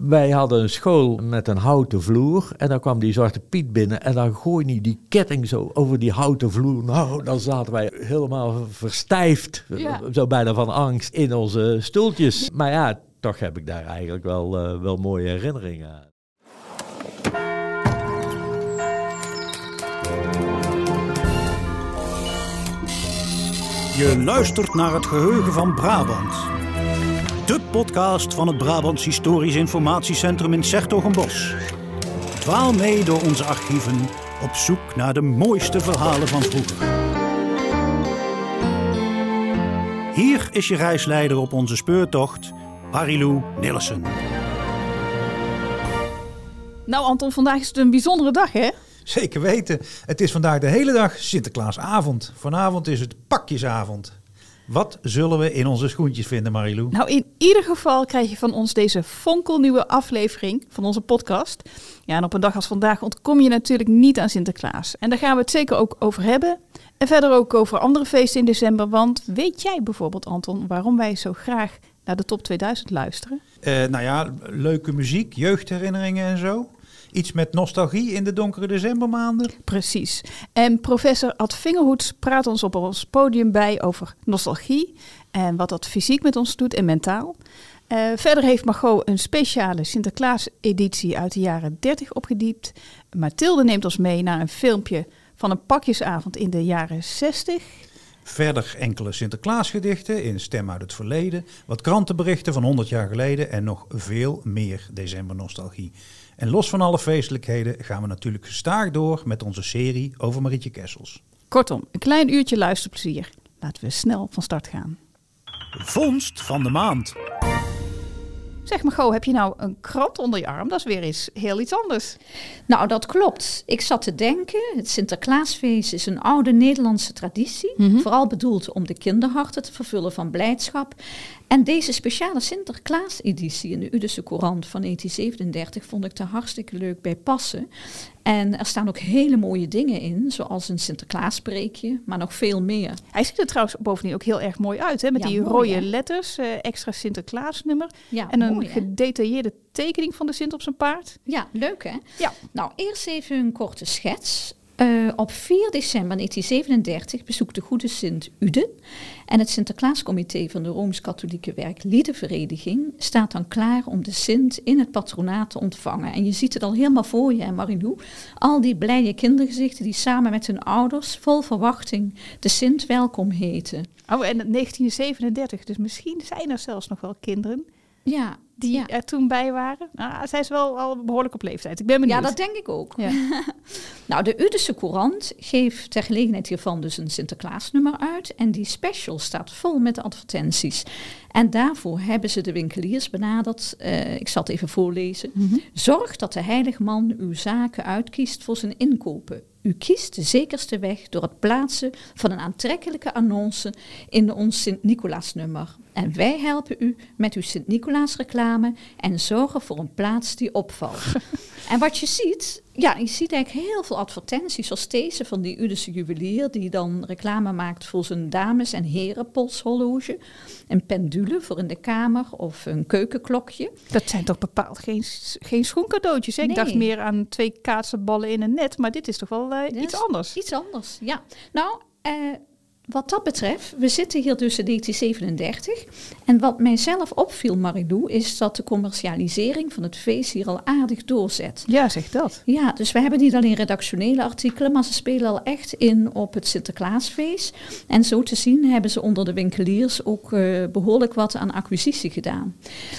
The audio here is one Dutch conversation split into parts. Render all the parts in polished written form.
Wij hadden een school met een houten vloer en dan kwam die Zwarte Piet binnen en dan gooide hij die ketting zo over die houten vloer. Nou, dan zaten wij helemaal verstijfd, zo bijna van angst, in onze stoeltjes. Maar ja, toch heb ik daar eigenlijk wel mooie herinneringen aan. Je luistert naar het Geheugen van Brabant. De podcast van het Brabants Historisch Informatiecentrum in 's-Hertogenbosch. Dwaal mee door onze archieven op zoek naar de mooiste verhalen van vroeger. Hier is je reisleider op onze speurtocht, Marilou Nillissen. Nou Anton, vandaag is het een bijzondere dag, hè? Zeker weten. Het is vandaag de hele dag Sinterklaasavond. Vanavond is het pakjesavond. Wat zullen we in onze schoentjes vinden, Marilou? Nou, in ieder geval krijg je van ons deze fonkelnieuwe aflevering van onze podcast. Ja, en op een dag als vandaag ontkom je natuurlijk niet aan Sinterklaas. En daar gaan we het zeker ook over hebben. En verder ook over andere feesten in december. Want weet jij bijvoorbeeld, Anton, waarom wij zo graag naar de top 2000 luisteren? Leuke muziek, jeugdherinneringen en zo. Iets met nostalgie in de donkere decembermaanden. Precies. En professor Ad Vingerhoets praat ons op ons podium bij over nostalgie en wat dat fysiek met ons doet en mentaal. Verder heeft Margot een speciale Sinterklaas-editie uit de jaren 30 opgediept. Mathilde neemt ons mee naar een filmpje van een pakjesavond in de jaren 60. Verder enkele Sinterklaasgedichten in Stem uit het Verleden. Wat krantenberichten van 100 jaar geleden en nog veel meer decembernostalgie. En los van alle feestelijkheden gaan we natuurlijk gestaag door met onze serie over Marietje Kessels. Kortom, een klein uurtje luisterplezier. Laten we snel van start gaan. Vondst van de maand. Zeg Margot, heb je nou een krant onder je arm? Dat is weer eens heel iets anders. Nou, dat klopt. Ik zat te denken, het Sinterklaasfeest is een oude Nederlandse traditie. Vooral bedoeld om de kinderharten te vervullen van blijdschap. En deze speciale Sinterklaas-editie in de Udische Courant van 1937 vond ik er hartstikke leuk bij passen. En er staan ook hele mooie dingen in, zoals een Sinterklaaspreekje, maar nog veel meer. Hij ziet er trouwens bovendien ook heel erg mooi uit, hè? Met die mooi, rode letters, extra Sinterklaasnummer en een mooi, gedetailleerde tekening van de Sint op zijn paard. Ja, leuk hè? Ja. Nou, eerst even een korte schets. Op 4 december 1937 bezoekt de Goede Sint Uden. En het Sinterklaascomité van de Rooms-Katholieke Werkliedenvereniging staat dan klaar om de Sint in het patronaat te ontvangen. En je ziet het al helemaal voor je, Marilou. Al die blije kindergezichten die samen met hun ouders vol verwachting de Sint welkom heten. Oh, en 1937, dus misschien zijn er zelfs nog wel kinderen die er toen bij waren. Nou, zij is wel al behoorlijk op leeftijd. Ik ben benieuwd. Ja, dat denk ik ook. Ja. Nou, de Udische Courant geeft ter gelegenheid hiervan dus een Sinterklaasnummer uit. En die special staat vol met advertenties. En daarvoor hebben ze de winkeliers benaderd. Ik zal het even voorlezen. Zorg dat de heilige man uw zaken uitkiest voor zijn inkopen. U kiest de zekerste weg door het plaatsen van een aantrekkelijke annonce in ons Sint-Nicolaasnummer. En wij helpen u met uw Sint-Nicolaas reclame en zorgen voor een plaats die opvalt. En wat je ziet, je ziet eigenlijk heel veel advertenties zoals deze van die Udische juwelier die dan reclame maakt voor zijn dames- en herenpolshorloge. Een pendule voor in de kamer of een keukenklokje. Dat zijn toch bepaald geen schoencadeautjes, hè? Nee. Ik dacht meer aan 2 kaatsenballen in een net, maar dit is toch wel iets anders. Iets anders, ja. Nou, wat dat betreft, we zitten hier dus in 1937. En wat mij zelf opviel, Marilou, is dat de commercialisering van het feest hier al aardig doorzet. Ja, zeg dat. Ja, dus we hebben niet alleen redactionele artikelen, maar ze spelen al echt in op het Sinterklaasfeest. En zo te zien hebben ze onder de winkeliers ook behoorlijk wat aan acquisitie gedaan.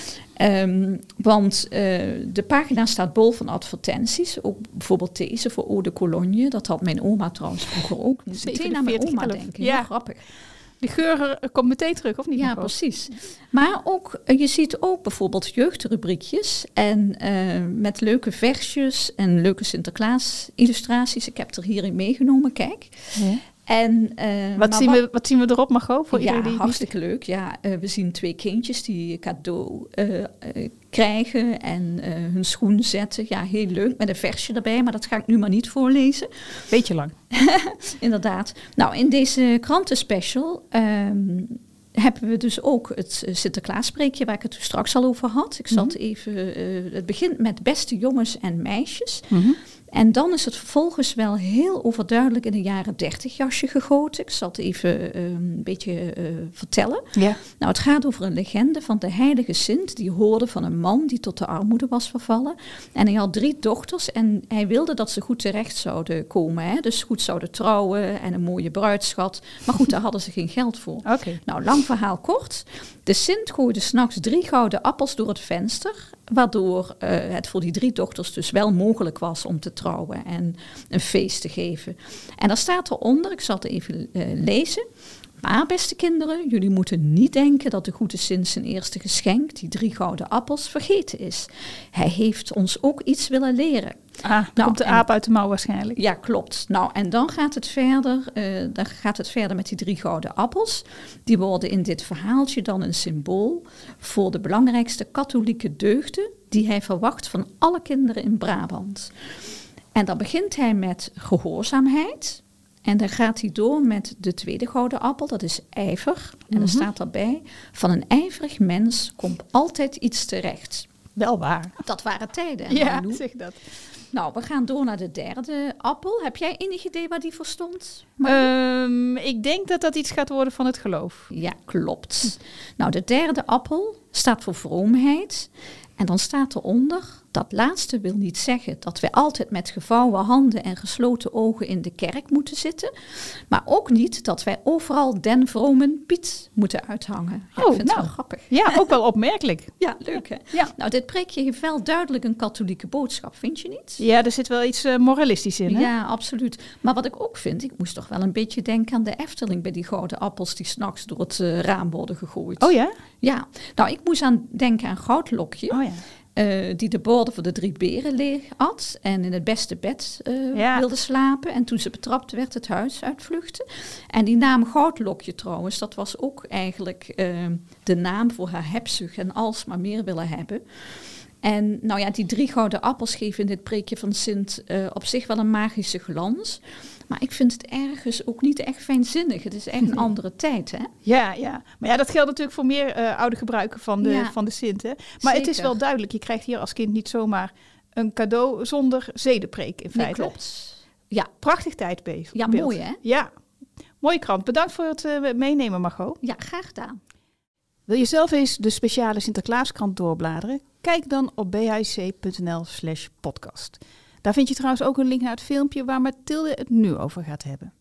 Want de pagina staat bol van advertenties. Ook bijvoorbeeld deze voor Eau de Cologne. Dat had mijn oma trouwens vroeger ook. Meteen aan mijn oma denken. Ja, heel grappig. Die geur komt meteen terug, of niet? Ja, precies. Maar ook, je ziet ook bijvoorbeeld jeugdrubriekjes. En met leuke versjes en leuke Sinterklaas-illustraties. Ik heb er hierin meegenomen, kijk. Ja. En, wat zien we erop, Margot? Voor ja, iedereen die hartstikke leuk. Ja, we zien 2 kindjes die cadeau krijgen en hun schoen zetten. Ja, heel leuk, met een versje erbij, maar dat ga ik nu maar niet voorlezen. Beetje lang. Inderdaad. Nou, in deze krantenspecial hebben we dus ook het Sinterklaaspreekje waar ik het straks al over had. Ik zat even, het begint met beste jongens en meisjes. En dan is het vervolgens wel heel overduidelijk in de jaren 30 jasje gegoten. Ik zal het even een beetje vertellen. Ja. Nou, het gaat over een legende van de heilige Sint. Die hoorde van een man die tot de armoede was vervallen. En hij had 3 dochters en hij wilde dat ze goed terecht zouden komen. Hè? Dus goed zouden trouwen en een mooie bruidschat. Maar goed, daar hadden ze geen geld voor. Oké. Nou, lang verhaal kort. De Sint gooide 's nachts 3 gouden appels door het venster. Waardoor het voor die 3 dochters dus wel mogelijk was om te trouwen en een feest te geven. En daar staat eronder, ik zal het even lezen. Maar beste kinderen, jullie moeten niet denken dat de goede Sint zijn eerste geschenk, die 3 gouden appels, vergeten is. Hij heeft ons ook iets willen leren. Komt de aap uit de mouw waarschijnlijk. Ja, klopt. Nou, en dan gaat het verder met die 3 gouden appels. Die worden in dit verhaaltje dan een symbool voor de belangrijkste katholieke deugden die hij verwacht van alle kinderen in Brabant. En dan begint hij met gehoorzaamheid. En dan gaat hij door met de tweede gouden appel, dat is ijver. En dan staat daarbij, van een ijverig mens komt altijd iets terecht. Wel waar. Dat waren tijden. Ja, zeg dat. Nou, we gaan door naar de derde appel. Heb jij enig idee waar die voor stond? Ik denk dat dat iets gaat worden van het geloof. Ja, klopt. Nou, de derde appel staat voor vroomheid. En dan staat eronder, dat laatste wil niet zeggen dat wij altijd met gevouwen handen en gesloten ogen in de kerk moeten zitten. Maar ook niet dat wij overal den vromen Piet moeten uithangen. Ja, ik vind het wel grappig. Ja, ook wel opmerkelijk. Ja, leuk hè? Ja. Nou, dit preekje heeft wel duidelijk een katholieke boodschap, vind je niet? Ja, er zit wel iets moralistisch in, hè? Ja, absoluut. Maar wat ik ook vind, ik moest toch wel een beetje denken aan de Efteling bij die gouden appels die 's nachts door het raam worden gegooid. Oh ja? Ja, nou ik moest denken aan Goudlokje. Oh ja. Die de borden voor de 3 beren leeg at en in het beste bed wilde slapen. En toen ze betrapt werd, het huis uitvluchtte. En die naam Goudlokje trouwens, dat was ook eigenlijk de naam voor haar hebzucht en alsmaar meer willen hebben. En nou ja, die 3 gouden appels geven in dit preekje van Sint op zich wel een magische glans. Maar ik vind het ergens ook niet echt fijnzinnig. Het is echt een andere tijd, hè? Ja, ja. Maar ja, dat geldt natuurlijk voor meer oude gebruiken van de Sint, hè? Maar het is wel duidelijk, je krijgt hier als kind niet zomaar een cadeau zonder zedenpreek in feite. Nee, klopt. Ja. Prachtig tijdbeeld. Ja, mooi hè? Ja, mooie krant. Bedankt voor het meenemen, Margot. Ja, graag gedaan. Wil je zelf eens de speciale Sinterklaaskrant doorbladeren? Kijk dan op bhc.nl/podcast. Daar vind je trouwens ook een link naar het filmpje waar Mathilde het nu over gaat hebben.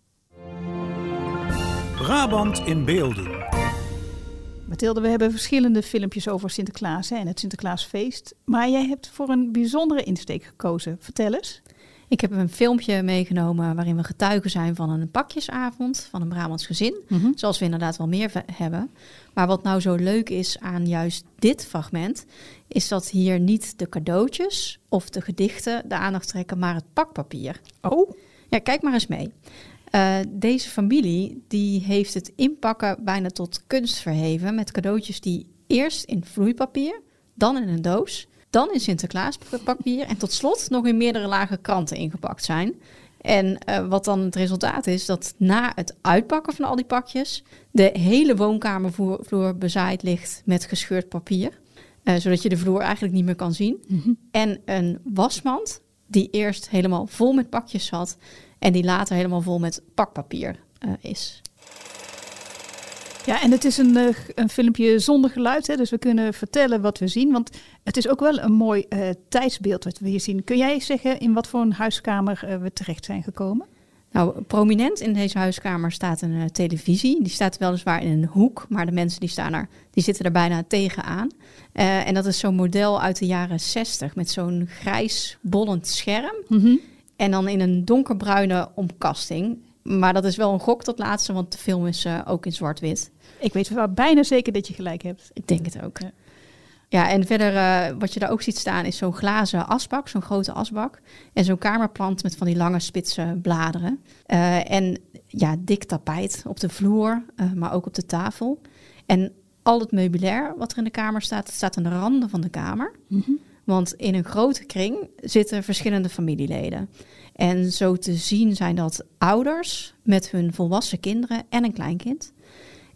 Brabant in beelden. Mathilde, we hebben verschillende filmpjes over Sinterklaas en het Sinterklaasfeest. Maar jij hebt voor een bijzondere insteek gekozen. Vertel eens. Ik heb een filmpje meegenomen waarin we getuigen zijn van een pakjesavond van een Brabants gezin. Zoals we inderdaad wel meer hebben. Maar wat nou zo leuk is aan juist dit fragment, is dat hier niet de cadeautjes of de gedichten de aandacht trekken, maar het pakpapier. Oh? Ja, kijk maar eens mee. Deze familie die heeft het inpakken bijna tot kunst verheven met cadeautjes die eerst in vloeipapier, dan in een doos, dan in Sinterklaaspapier en tot slot nog in meerdere lagen kranten ingepakt zijn. En wat dan het resultaat is, dat na het uitpakken van al die pakjes de hele woonkamervloer bezaaid ligt met gescheurd papier. Zodat je de vloer eigenlijk niet meer kan zien. En een wasmand die eerst helemaal vol met pakjes zat en die later helemaal vol met pakpapier is. Ja, en het is een filmpje zonder geluid, hè? Dus we kunnen vertellen wat we zien. Want het is ook wel een mooi tijdsbeeld wat we hier zien. Kun jij zeggen in wat voor een huiskamer we terecht zijn gekomen? Nou, prominent in deze huiskamer staat een televisie. Die staat weliswaar in een hoek, maar de mensen die zitten er bijna tegenaan. En dat is zo'n model uit de jaren 60 met zo'n grijs bollend scherm. En dan in een donkerbruine omkasting. Maar dat is wel een gok, dat laatste, want de film is ook in zwart-wit. Ik weet wel bijna zeker dat je gelijk hebt. Ik denk het ook. Ja, en verder wat je daar ook ziet staan is zo'n glazen asbak, zo'n grote asbak. En zo'n kamerplant met van die lange spitse bladeren. En ja, dik tapijt op de vloer, maar ook op de tafel. En al het meubilair wat er in de kamer staat aan de randen van de kamer. Want in een grote kring zitten verschillende familieleden. En zo te zien zijn dat ouders met hun volwassen kinderen en een kleinkind.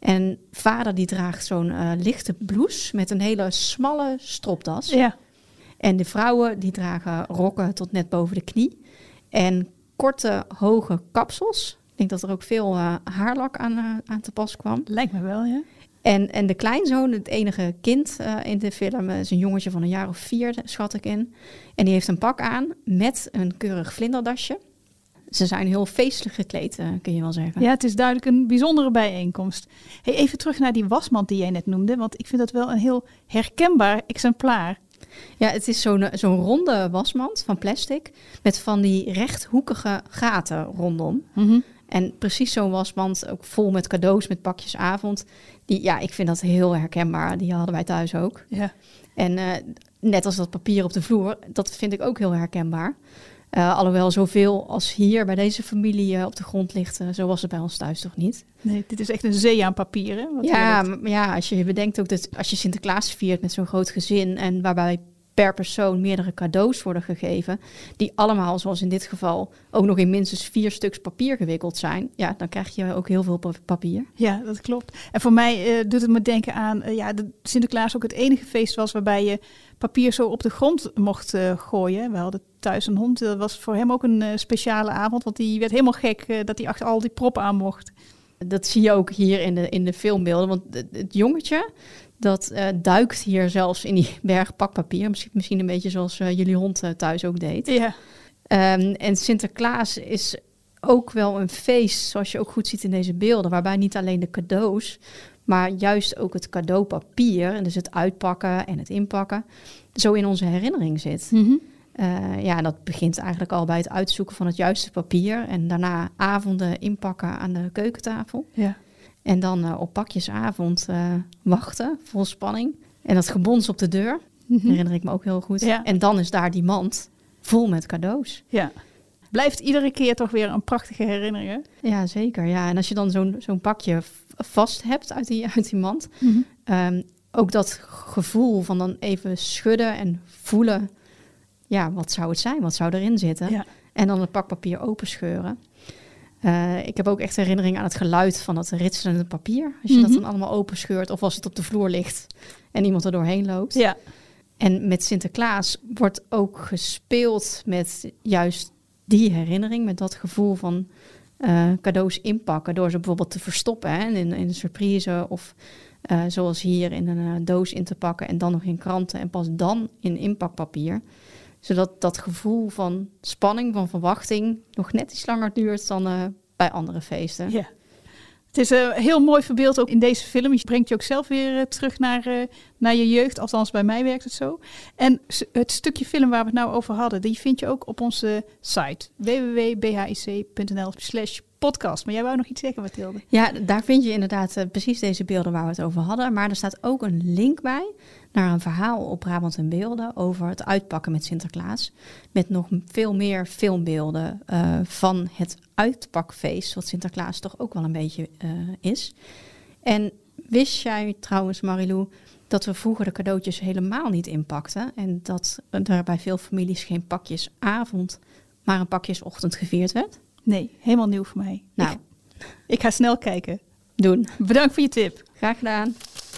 En vader die draagt zo'n lichte blouse met een hele smalle stropdas. Ja. En de vrouwen die dragen rokken tot net boven de knie. En korte, hoge kapsels. Ik denk dat er ook veel haarlak aan te pas kwam. Lijkt me wel, ja. En de kleinzoon, het enige kind in de film, is een jongetje van een jaar of 4, schat ik in. En die heeft een pak aan met een keurig vlinderdasje. Ze zijn heel feestelijk gekleed, kun je wel zeggen. Ja, het is duidelijk een bijzondere bijeenkomst. Hey, even terug naar die wasmand die jij net noemde, want ik vind dat wel een heel herkenbaar exemplaar. Ja, het is zo'n ronde wasmand van plastic met van die rechthoekige gaten rondom. Mm-hmm. En precies zo'n wasmand, ook vol met cadeaus, met pakjes avond. Ik vind dat heel herkenbaar. Die hadden wij thuis ook. Ja. En net als dat papier op de vloer, dat vind ik ook heel herkenbaar. Alhoewel zoveel als hier bij deze familie op de grond ligt, zo was het bij ons thuis toch niet. Nee, dit is echt een zee aan papier, hè? Ja, als je bedenkt ook dat als je Sinterklaas viert met zo'n groot gezin en waarbij per persoon meerdere cadeaus worden gegeven, die allemaal, zoals in dit geval, ook nog in minstens 4 stuks papier gewikkeld zijn, ja, dan krijg je ook heel veel papier. Ja, dat klopt. En voor mij doet het me denken aan dat Sinterklaas ook het enige feest was waarbij je papier zo op de grond mocht gooien. We hadden thuis een hond. Dat was voor hem ook een speciale avond, want die werd helemaal gek dat hij achter al die proppen aan mocht. Dat zie je ook hier in de filmbeelden, want het jongetje, dat duikt hier zelfs in die berg pakpapier. Misschien een beetje zoals jullie hond thuis ook deed. Ja. En Sinterklaas is ook wel een feest, zoals je ook goed ziet in deze beelden, waarbij niet alleen de cadeaus, maar juist ook het cadeaupapier, en dus het uitpakken en het inpakken, zo in onze herinnering zit. Mm-hmm. Dat begint eigenlijk al bij het uitzoeken van het juiste papier en daarna avonden inpakken aan de keukentafel. Ja. En dan op pakjesavond wachten, vol spanning. En dat gebons op de deur, herinner ik me ook heel goed. Ja. En dan is daar die mand vol met cadeaus. Ja. Blijft iedere keer toch weer een prachtige herinnering, hè? Ja, zeker. Ja. En als je dan zo'n pakje vast hebt uit die mand, ook dat gevoel van dan even schudden en voelen, ja, wat zou het zijn? Wat zou erin zitten? Ja. En dan het pakpapier openscheuren. Ik heb ook echt herinnering aan het geluid van dat ritselende papier. Als je dat dan allemaal openscheurt of als het op de vloer ligt en iemand er doorheen loopt. Ja. En met Sinterklaas wordt ook gespeeld met juist die herinnering, met dat gevoel van cadeaus inpakken door ze bijvoorbeeld te verstoppen, hè, in een surprise of zoals hier in een doos in te pakken en dan nog in kranten en pas dan in inpakpapier. Zodat dat gevoel van spanning, van verwachting nog net iets langer duurt dan bij andere feesten. Ja. Het is een heel mooi verbeeld ook in deze film. Je brengt je ook zelf weer terug naar je jeugd. Althans, bij mij werkt het zo. En het stukje film waar we het nou over hadden, die vind je ook op onze site. www.bhic.nl/podcast. Maar jij wou nog iets zeggen, Mathilde? Ja, daar vind je inderdaad precies deze beelden waar we het over hadden. Maar er staat ook een link bij naar een verhaal op Brabant en Beelden over het uitpakken met Sinterklaas. Met nog veel meer filmbeelden van het uitpakfeest, wat Sinterklaas toch ook wel een beetje is. En wist jij trouwens, Marilou, dat we vroeger de cadeautjes helemaal niet inpakten en dat er bij veel families geen pakjesavond, maar een pakjesochtend gevierd werd? Nee, helemaal nieuw voor mij. Nou, ik ga snel kijken. Doen. Bedankt voor je tip. Graag gedaan.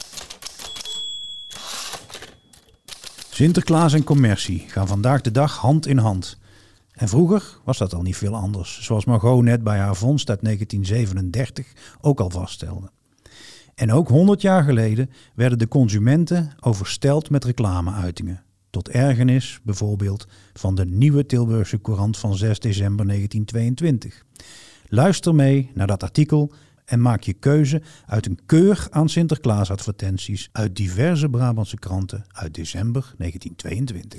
Sinterklaas en commercie gaan vandaag de dag hand in hand. En vroeger was dat al niet veel anders, zoals Margot net bij haar vondst uit 1937 ook al vaststelde. En ook 100 jaar geleden werden de consumenten overstelpt met reclameuitingen. Tot ergernis bijvoorbeeld van de Nieuwe Tilburgse Courant van 6 december 1922. Luister mee naar dat artikel en maak je keuze uit een keur aan Sinterklaasadvertenties uit diverse Brabantse kranten uit december 1922.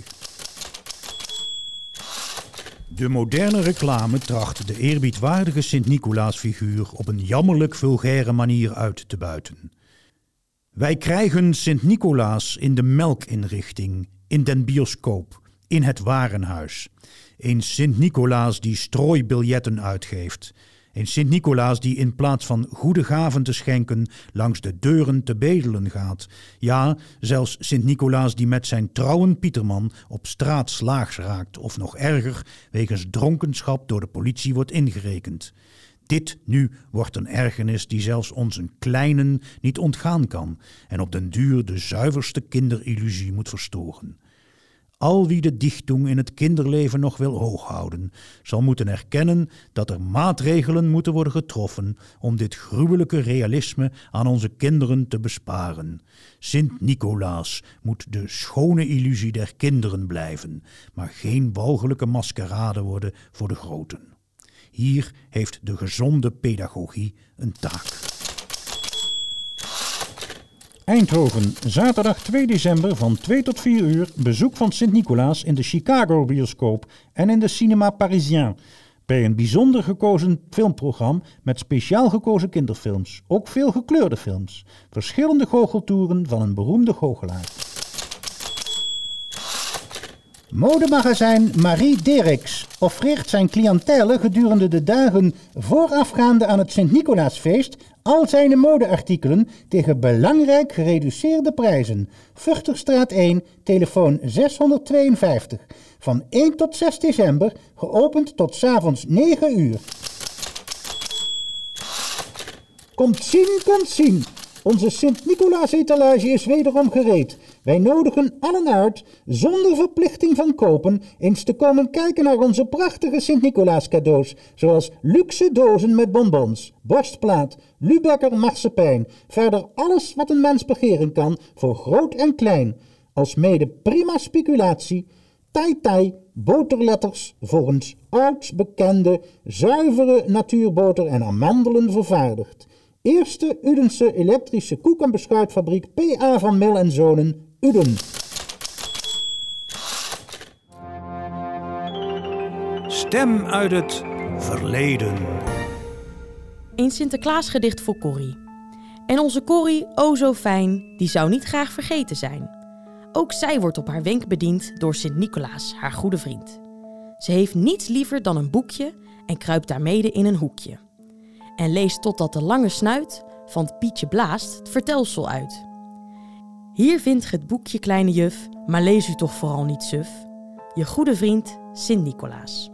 De moderne reclame tracht de eerbiedwaardige Sint-Nicolaasfiguur op een jammerlijk vulgaire manier uit te buiten. Wij krijgen Sint-Nicolaas in de melkinrichting, in den bioscoop, in het warenhuis. Een Sint-Nicolaas die strooibiljetten uitgeeft. Een Sint-Nicolaas die in plaats van goede gaven te schenken langs de deuren te bedelen gaat. Ja, zelfs Sint-Nicolaas die met zijn trouwe Pieterman op straat slaags raakt of nog erger, wegens dronkenschap door de politie wordt ingerekend. Dit nu wordt een ergernis die zelfs ons een kleinen niet ontgaan kan en op den duur de zuiverste kinderillusie moet verstoren. Al wie de dichting in het kinderleven nog wil hooghouden, zal moeten erkennen dat er maatregelen moeten worden getroffen om dit gruwelijke realisme aan onze kinderen te besparen. Sint-Nicolaas moet de schone illusie der kinderen blijven, maar geen walgelijke maskerade worden voor de groten. Hier heeft de gezonde pedagogie een taak. Eindhoven, zaterdag 2 december van 2 tot 4 uur, bezoek van Sint-Nicolaas in de Chicago-bioscoop en in de Cinema Parisien. Bij een bijzonder gekozen filmprogramma met speciaal gekozen kinderfilms. Ook veel gekleurde films. Verschillende goocheltoeren van een beroemde goochelaar. Modemagazijn Marie Derricks offreert zijn cliëntele gedurende de dagen voorafgaande aan het Sint-Nicolaasfeest al zijn modeartikelen tegen belangrijk gereduceerde prijzen. Vugterstraat 1, telefoon 652. Van 1 tot 6 december, geopend tot 's avonds 9 uur. Komt zien. Onze Sint-Nicolaas-etalage is wederom gereed. Wij nodigen allen uit, zonder verplichting van kopen, eens te komen kijken naar onze prachtige Sint-Nicolaas cadeaus, zoals luxe dozen met bonbons, borstplaat, Lübecker marsepein, verder alles wat een mens begeren kan, voor groot en klein, alsmede prima speculatie, tai-tai, boterletters, volgens ouds bekende, zuivere natuurboter en amandelen vervaardigd. Eerste Udense elektrische koek- en beschuitfabriek P.A. van Mil en Zonen, Uden. Stem uit het verleden. Een Sinterklaasgedicht voor Corrie. En onze Corrie, o zo fijn, die zou niet graag vergeten zijn. Ook zij wordt op haar wenk bediend door Sint-Nicolaas, haar goede vriend. Ze heeft niets liever dan een boekje en kruipt daarmede in een hoekje. En leest totdat de lange snuit van Pietje blaast het vertelsel uit. Hier vindt ge het boekje, kleine juf, maar lees u toch vooral niet suf. Je goede vriend Sint-Nicolaas.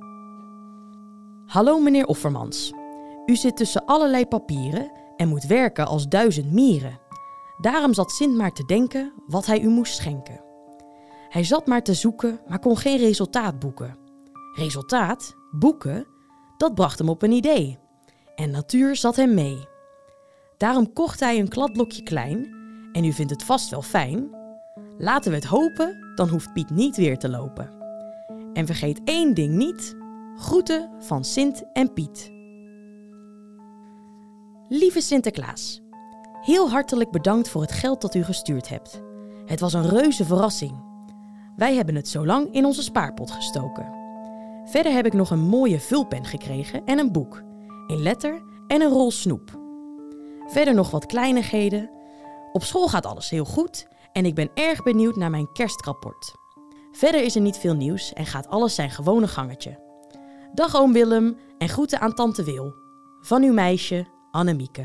Hallo meneer Offermans. U zit tussen allerlei papieren en moet werken als 1000 mieren. Daarom zat Sint maar te denken wat hij u moest schenken. Hij zat maar te zoeken, maar kon geen resultaat boeken. Resultaat? Boeken? Dat bracht hem op een idee. En natuur zat hem mee. Daarom kocht hij een kladblokje klein, en u vindt het vast wel fijn. Laten we het hopen, dan hoeft Piet niet weer te lopen. En vergeet één ding niet, groeten van Sint en Piet. Lieve Sinterklaas, heel hartelijk bedankt voor het geld dat u gestuurd hebt. Het was een reuze verrassing. Wij hebben het zo lang in onze spaarpot gestoken. Verder heb ik nog een mooie vulpen gekregen en een boek, een letter en een rol snoep. Verder nog wat kleinigheden. Op school gaat alles heel goed en ik ben erg benieuwd naar mijn kerstrapport. Verder is er niet veel nieuws en gaat alles zijn gewone gangetje. Dag oom Willem en groeten aan tante Wil. Van uw meisje Annemieke.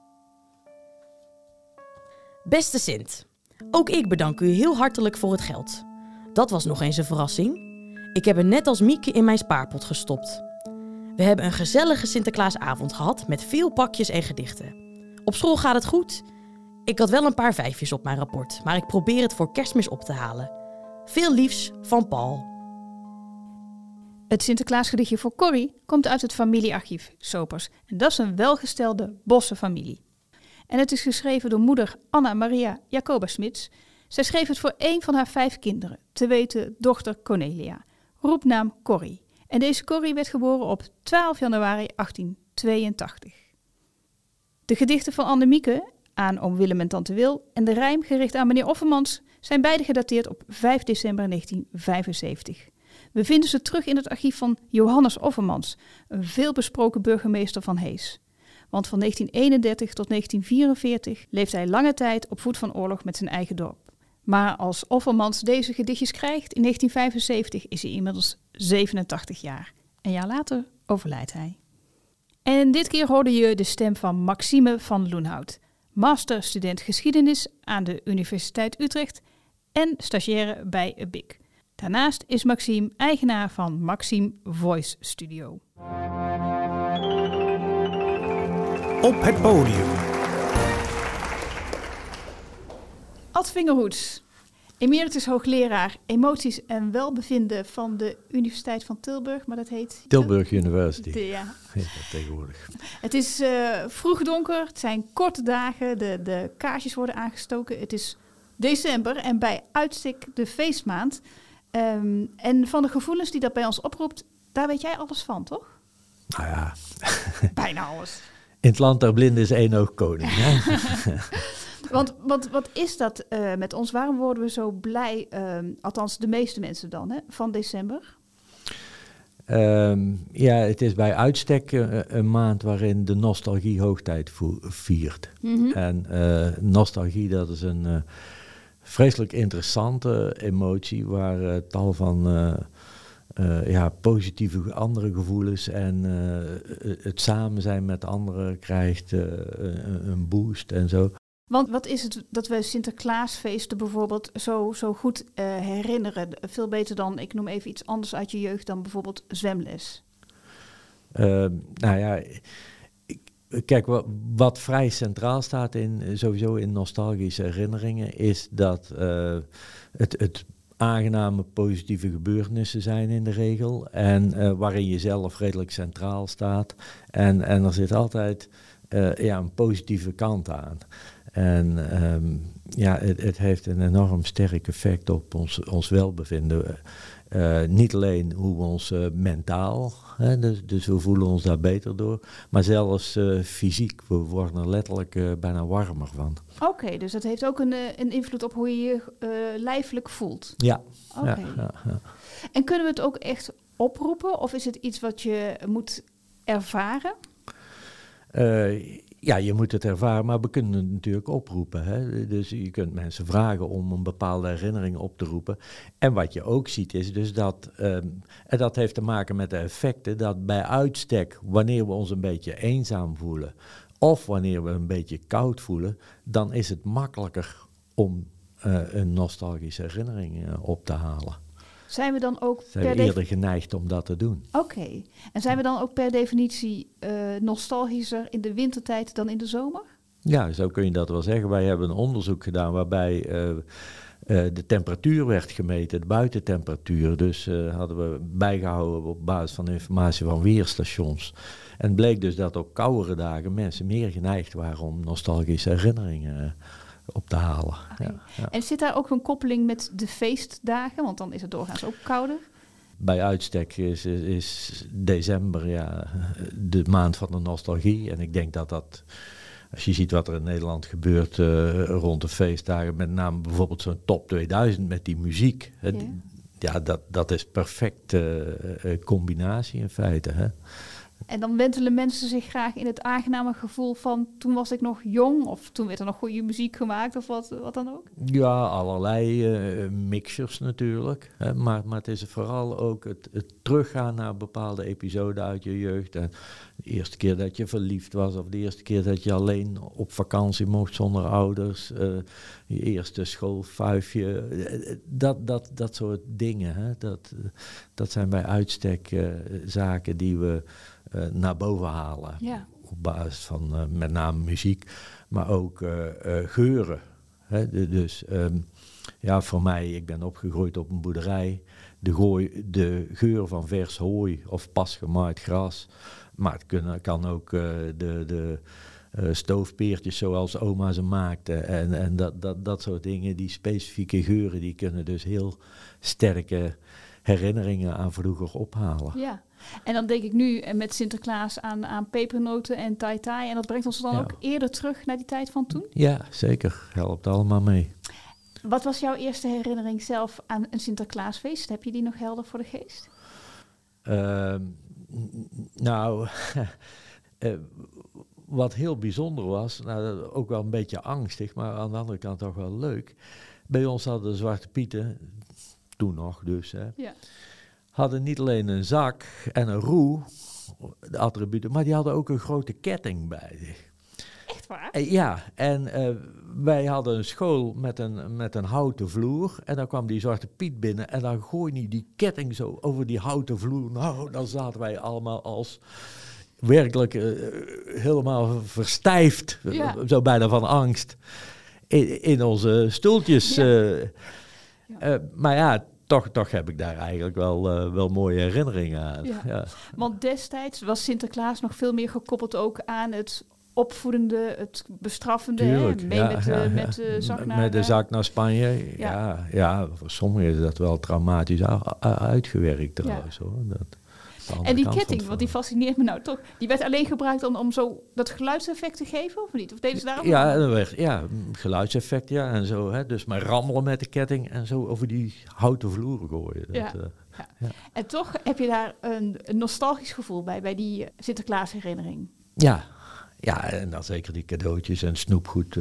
Beste Sint, ook ik bedank u heel hartelijk voor het geld. Dat was nog eens een verrassing. Ik heb er net als Mieke in mijn spaarpot gestopt. We hebben een gezellige Sinterklaasavond gehad met veel pakjes en gedichten. Op school gaat het goed. Ik had wel een paar 5'tjes op mijn rapport, maar ik probeer het voor Kerstmis op te halen. Veel liefs van Paul. Het Sinterklaasgedichtje voor Corrie komt uit het familiearchief Sopers. En dat is een welgestelde Bosse-familie. En het is geschreven door moeder Anna Maria Jacoba Smits. Zij schreef het voor één van haar 5 kinderen, te weten dochter Cornelia, roepnaam Corrie. En deze Corrie werd geboren op 12 januari 1882. De gedichten van Annemieke aan oom Willem en tante Wil en de rijm gericht aan meneer Offermans zijn beide gedateerd op 5 december 1975. We vinden ze terug in het archief van Johannes Offermans, een veelbesproken burgemeester van Hees. Want van 1931 tot 1944 leeft hij lange tijd op voet van oorlog met zijn eigen dorp. Maar als Offermans deze gedichtjes krijgt in 1975 is hij inmiddels 87 jaar. Een jaar later overlijdt hij. En dit keer hoorde je de stem van Maxime van Loenhout, masterstudent geschiedenis aan de Universiteit Utrecht en stagiaire bij UBIC. Daarnaast is Maxime eigenaar van Maxime Voice Studio. op het podium. Ad Vingerhoets, emeritus hoogleraar emoties en welbevinden van de Universiteit van Tilburg, maar dat heet... Tilburg University. Ja. Heet dat tegenwoordig. Het is vroeg donker, het zijn korte dagen, de kaarsjes worden aangestoken. Het is december en bij uitstek de feestmaand. En van de gevoelens die dat bij ons oproept, daar weet jij alles van, toch? Nou ja. Bijna alles. In het land der blinden is één oog koning. Hè? Want wat is dat met ons? Waarom worden we zo blij, althans de meeste mensen dan, hè, van december? Ja, het is bij uitstek een maand waarin de nostalgie hoogtijd viert. Mm-hmm. En nostalgie, dat is een vreselijk interessante emotie waar tal van positieve andere gevoelens en het samen zijn met anderen krijgt een boost en zo. Want wat is het dat we Sinterklaasfeesten bijvoorbeeld zo goed herinneren? Veel beter dan, ik noem even iets anders uit je jeugd dan bijvoorbeeld zwemles. Kijk, wat vrij centraal staat sowieso in nostalgische herinneringen is dat het aangename positieve gebeurtenissen zijn in de regel. En waarin je zelf redelijk centraal staat. En er zit altijd een positieve kant aan. En het heeft een enorm sterk effect op ons welbevinden. Niet alleen hoe we ons mentaal, dus we voelen ons daar beter door, maar zelfs fysiek. We worden er letterlijk bijna warmer van. Oké, dus dat heeft ook een invloed op hoe je je lijfelijk voelt? Ja. Okay. Ja. En kunnen we het ook echt oproepen of is het iets wat je moet ervaren? Ja, je moet het ervaren, maar we kunnen het natuurlijk oproepen. Hè? Dus je kunt mensen vragen om een bepaalde herinnering op te roepen. En wat je ook ziet is dus dat, en dat heeft te maken met de effecten, dat bij uitstek, wanneer we ons een beetje eenzaam voelen, of wanneer we een beetje koud voelen, dan is het makkelijker om een nostalgische herinnering op te halen. Zijn we dan ook eerder geneigd om dat te doen. Oké. En zijn we dan ook per definitie nostalgischer in de wintertijd dan in de zomer? Ja, zo kun je dat wel zeggen. Wij hebben een onderzoek gedaan waarbij de temperatuur werd gemeten, de buitentemperatuur. Dus hadden we bijgehouden op basis van informatie van weerstations. En het bleek dus dat op koudere dagen mensen meer geneigd waren om nostalgische herinneringen op te halen. Okay. Ja. En zit daar ook een koppeling met de feestdagen? Want dan is het doorgaans ook kouder. Bij uitstek is december de maand van de nostalgie. En ik denk dat als je ziet wat er in Nederland gebeurt rond de feestdagen, met name bijvoorbeeld zo'n top 2000 met die muziek. Dat is perfecte combinatie in feite. Hè? En dan wentelen mensen zich graag in het aangename gevoel van toen was ik nog jong of toen werd er nog goede muziek gemaakt of wat dan ook? Ja, allerlei mixers natuurlijk. Hè, maar het is vooral ook het teruggaan naar bepaalde episoden uit je jeugd. En de eerste keer dat je verliefd was of de eerste keer dat je alleen op vakantie mocht zonder ouders. Je eerste schoolfuifje. Dat soort dingen. Hè, dat zijn bij uitstek zaken die we naar boven halen. Ja. Op basis van met name muziek, maar ook geuren. Hè? Dus voor mij, ik ben opgegroeid op een boerderij. De geur van vers hooi of pas gemaaid gras. Maar het kan ook de stoofpeertjes zoals oma ze maakte. En dat soort dingen, die specifieke geuren, die kunnen dus heel sterke herinneringen aan vroeger ophalen. Ja. En dan denk ik nu met Sinterklaas aan pepernoten en tai-tai. En dat brengt ons dan ook eerder terug naar die tijd van toen? Ja, zeker. Helpt allemaal mee. Wat was jouw eerste herinnering zelf aan een Sinterklaasfeest? Heb je die nog helder voor de geest? Wat heel bijzonder was, ook wel een beetje angstig, maar aan de andere kant toch wel leuk. Bij ons hadden de Zwarte Pieten, toen nog dus, hadden niet alleen een zak en een roe, de attributen, maar die hadden ook een grote ketting bij zich. Echt waar? Ja, en wij hadden een school met een houten vloer en dan kwam die Zwarte Piet binnen en dan gooide hij die ketting zo over die houten vloer. Nou, dan zaten wij allemaal als werkelijk helemaal verstijfd, zo bijna van angst, in onze stoeltjes. Maar ja, toch heb ik daar eigenlijk wel mooie herinneringen aan. Ja. Ja. Want destijds was Sinterklaas nog veel meer gekoppeld ook aan het opvoedende, het bestraffende. Tuurlijk, Met de zak naar... Met de zak naar Spanje. Ja, voor sommigen is dat wel traumatisch uitgewerkt trouwens. Hoor. En die ketting, want die fascineert me nou toch. Die werd alleen gebruikt om zo dat geluidseffect te geven, of niet? Of deden ze daarom? Geluidseffect, ja. En zo, hè. Dus maar rammelen met de ketting en zo over die houten vloeren gooien. Ja. En toch heb je daar een nostalgisch gevoel bij die Sinterklaas-herinnering. Ja, en dan zeker die cadeautjes en snoepgoed.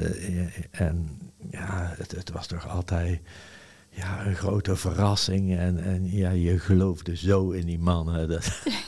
Het was toch altijd een grote verrassing. En je geloofde zo in die mannen.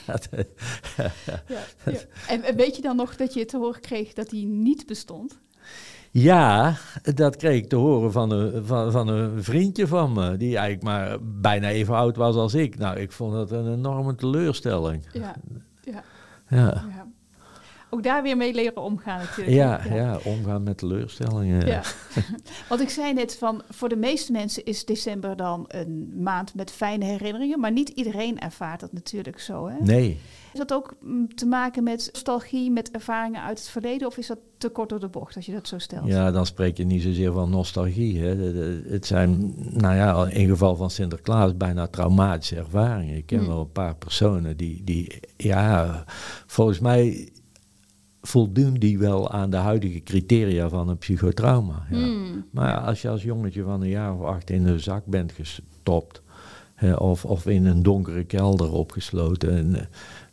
En weet je dan nog dat je te horen kreeg dat die niet bestond? Ja, dat kreeg ik te horen van een vriendje van me. Die eigenlijk maar bijna even oud was als ik. Nou, ik vond dat een enorme teleurstelling. Ja. Ook daar weer mee leren omgaan natuurlijk. Ja, omgaan met teleurstellingen. Ja. Want ik zei net voor de meeste mensen is december dan een maand met fijne herinneringen. Maar niet iedereen ervaart dat natuurlijk zo, hè? Nee. Is dat ook te maken met nostalgie, met ervaringen uit het verleden? Of is dat te kort door de bocht als je dat zo stelt? Ja, dan spreek je niet zozeer van nostalgie. Hè. Het zijn, in geval van Sinterklaas bijna traumatische ervaringen. Ik ken wel een paar personen die volgens mij voldoen die wel aan de huidige criteria van een psychotrauma. Ja. Maar als je als jongetje van een jaar of 8 in een zak bent gestopt, of in een donkere kelder opgesloten,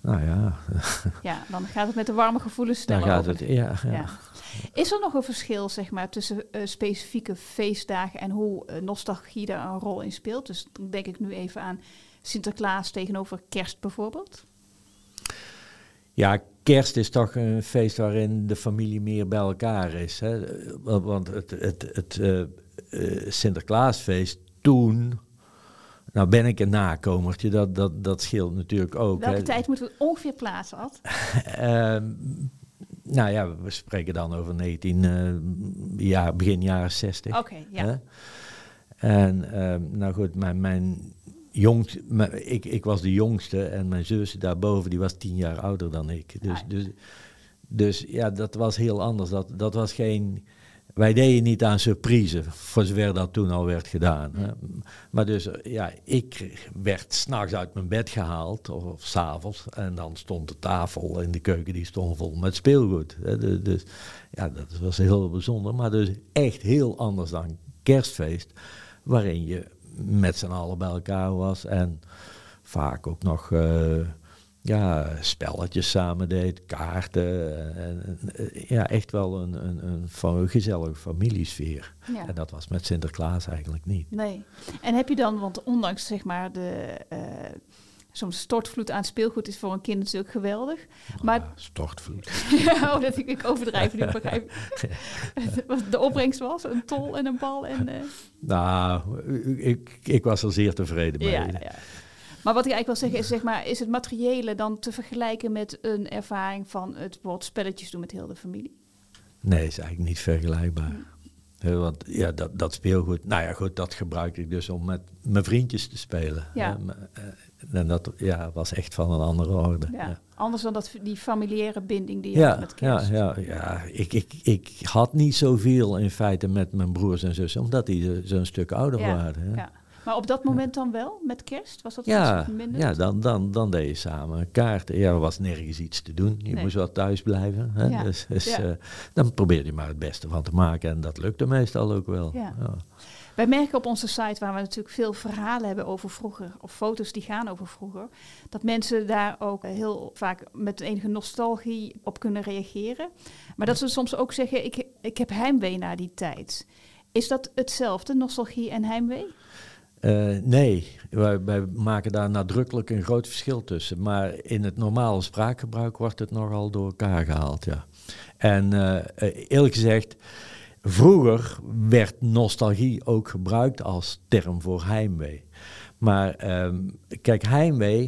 dan gaat het met de warme gevoelens snel over. Ja. Is er nog een verschil, zeg maar, tussen specifieke feestdagen en hoe nostalgie daar een rol in speelt? Dus dan denk ik nu even aan Sinterklaas tegenover Kerst bijvoorbeeld. Ja, Kerst is toch een feest waarin de familie meer bij elkaar is. Hè? Want het Sinterklaasfeest toen, nou ben ik een nakomertje, dat scheelt natuurlijk ook. Welke tijd moeten we ongeveer plaatsen, Ad? We spreken dan over begin jaren 60. Oké, ja. Hè? En mijn ik was de jongste en mijn zus daarboven, die was 10 jaar ouder dan ik. Dus dat was heel anders. Dat was geen... Wij deden niet aan surprise, voor zover dat toen al werd gedaan. Hè. Maar dus, ik werd 's nachts uit mijn bed gehaald, of 's avonds, en dan stond de tafel in de keuken, die stond vol met speelgoed. Hè. Dus dat was heel bijzonder, maar dus echt heel anders dan Kerstfeest, waarin je met z'n allen bij elkaar was en vaak ook nog spelletjes samen deed, kaarten. Echt wel een gezellige familiesfeer. Ja. En dat was met Sinterklaas eigenlijk niet. Nee. En heb je dan, want ondanks zeg maar zo'n stortvloed aan speelgoed is voor een kind natuurlijk geweldig. Maar stortvloed. Dat ik overdrijf nu, begrijp ik. De opbrengst was een tol en een bal. Ik was er zeer tevreden mee. Ja. Maar wat ik eigenlijk wil zeggen is, zeg maar, is het materiële dan te vergelijken met een ervaring van het bijvoorbeeld spelletjes doen met heel de familie? Nee, is eigenlijk niet vergelijkbaar. Want dat speelgoed, dat gebruikte ik dus om met mijn vriendjes te spelen. Ja. En dat was echt van een andere orde. Ja. Anders dan die familiaire binding die je had met Kerst. Ik had niet zoveel in feite met mijn broers en zussen, omdat die zo'n stuk ouder waren. Hè. Ja. Maar op dat moment dan wel, met Kerst? Was dat minder? Ja, dan deed je samen kaarten. Ja, er was nergens iets te doen. Je moest wel thuis blijven. Hè? Ja. Dus dan probeerde je maar het beste van te maken. En dat lukte meestal ook wel. Ja. Ja. Wij merken op onze site, waar we natuurlijk veel verhalen hebben over vroeger, of foto's die gaan over vroeger, dat mensen daar ook heel vaak met enige nostalgie op kunnen reageren. Maar dat ze soms ook zeggen, ik heb heimwee naar die tijd. Is dat hetzelfde, nostalgie en heimwee? Nee, wij maken daar nadrukkelijk een groot verschil tussen. Maar in het normale spraakgebruik wordt het nogal door elkaar gehaald, ja. En eerlijk gezegd, vroeger werd nostalgie ook gebruikt als term voor heimwee. Maar kijk, heimwee,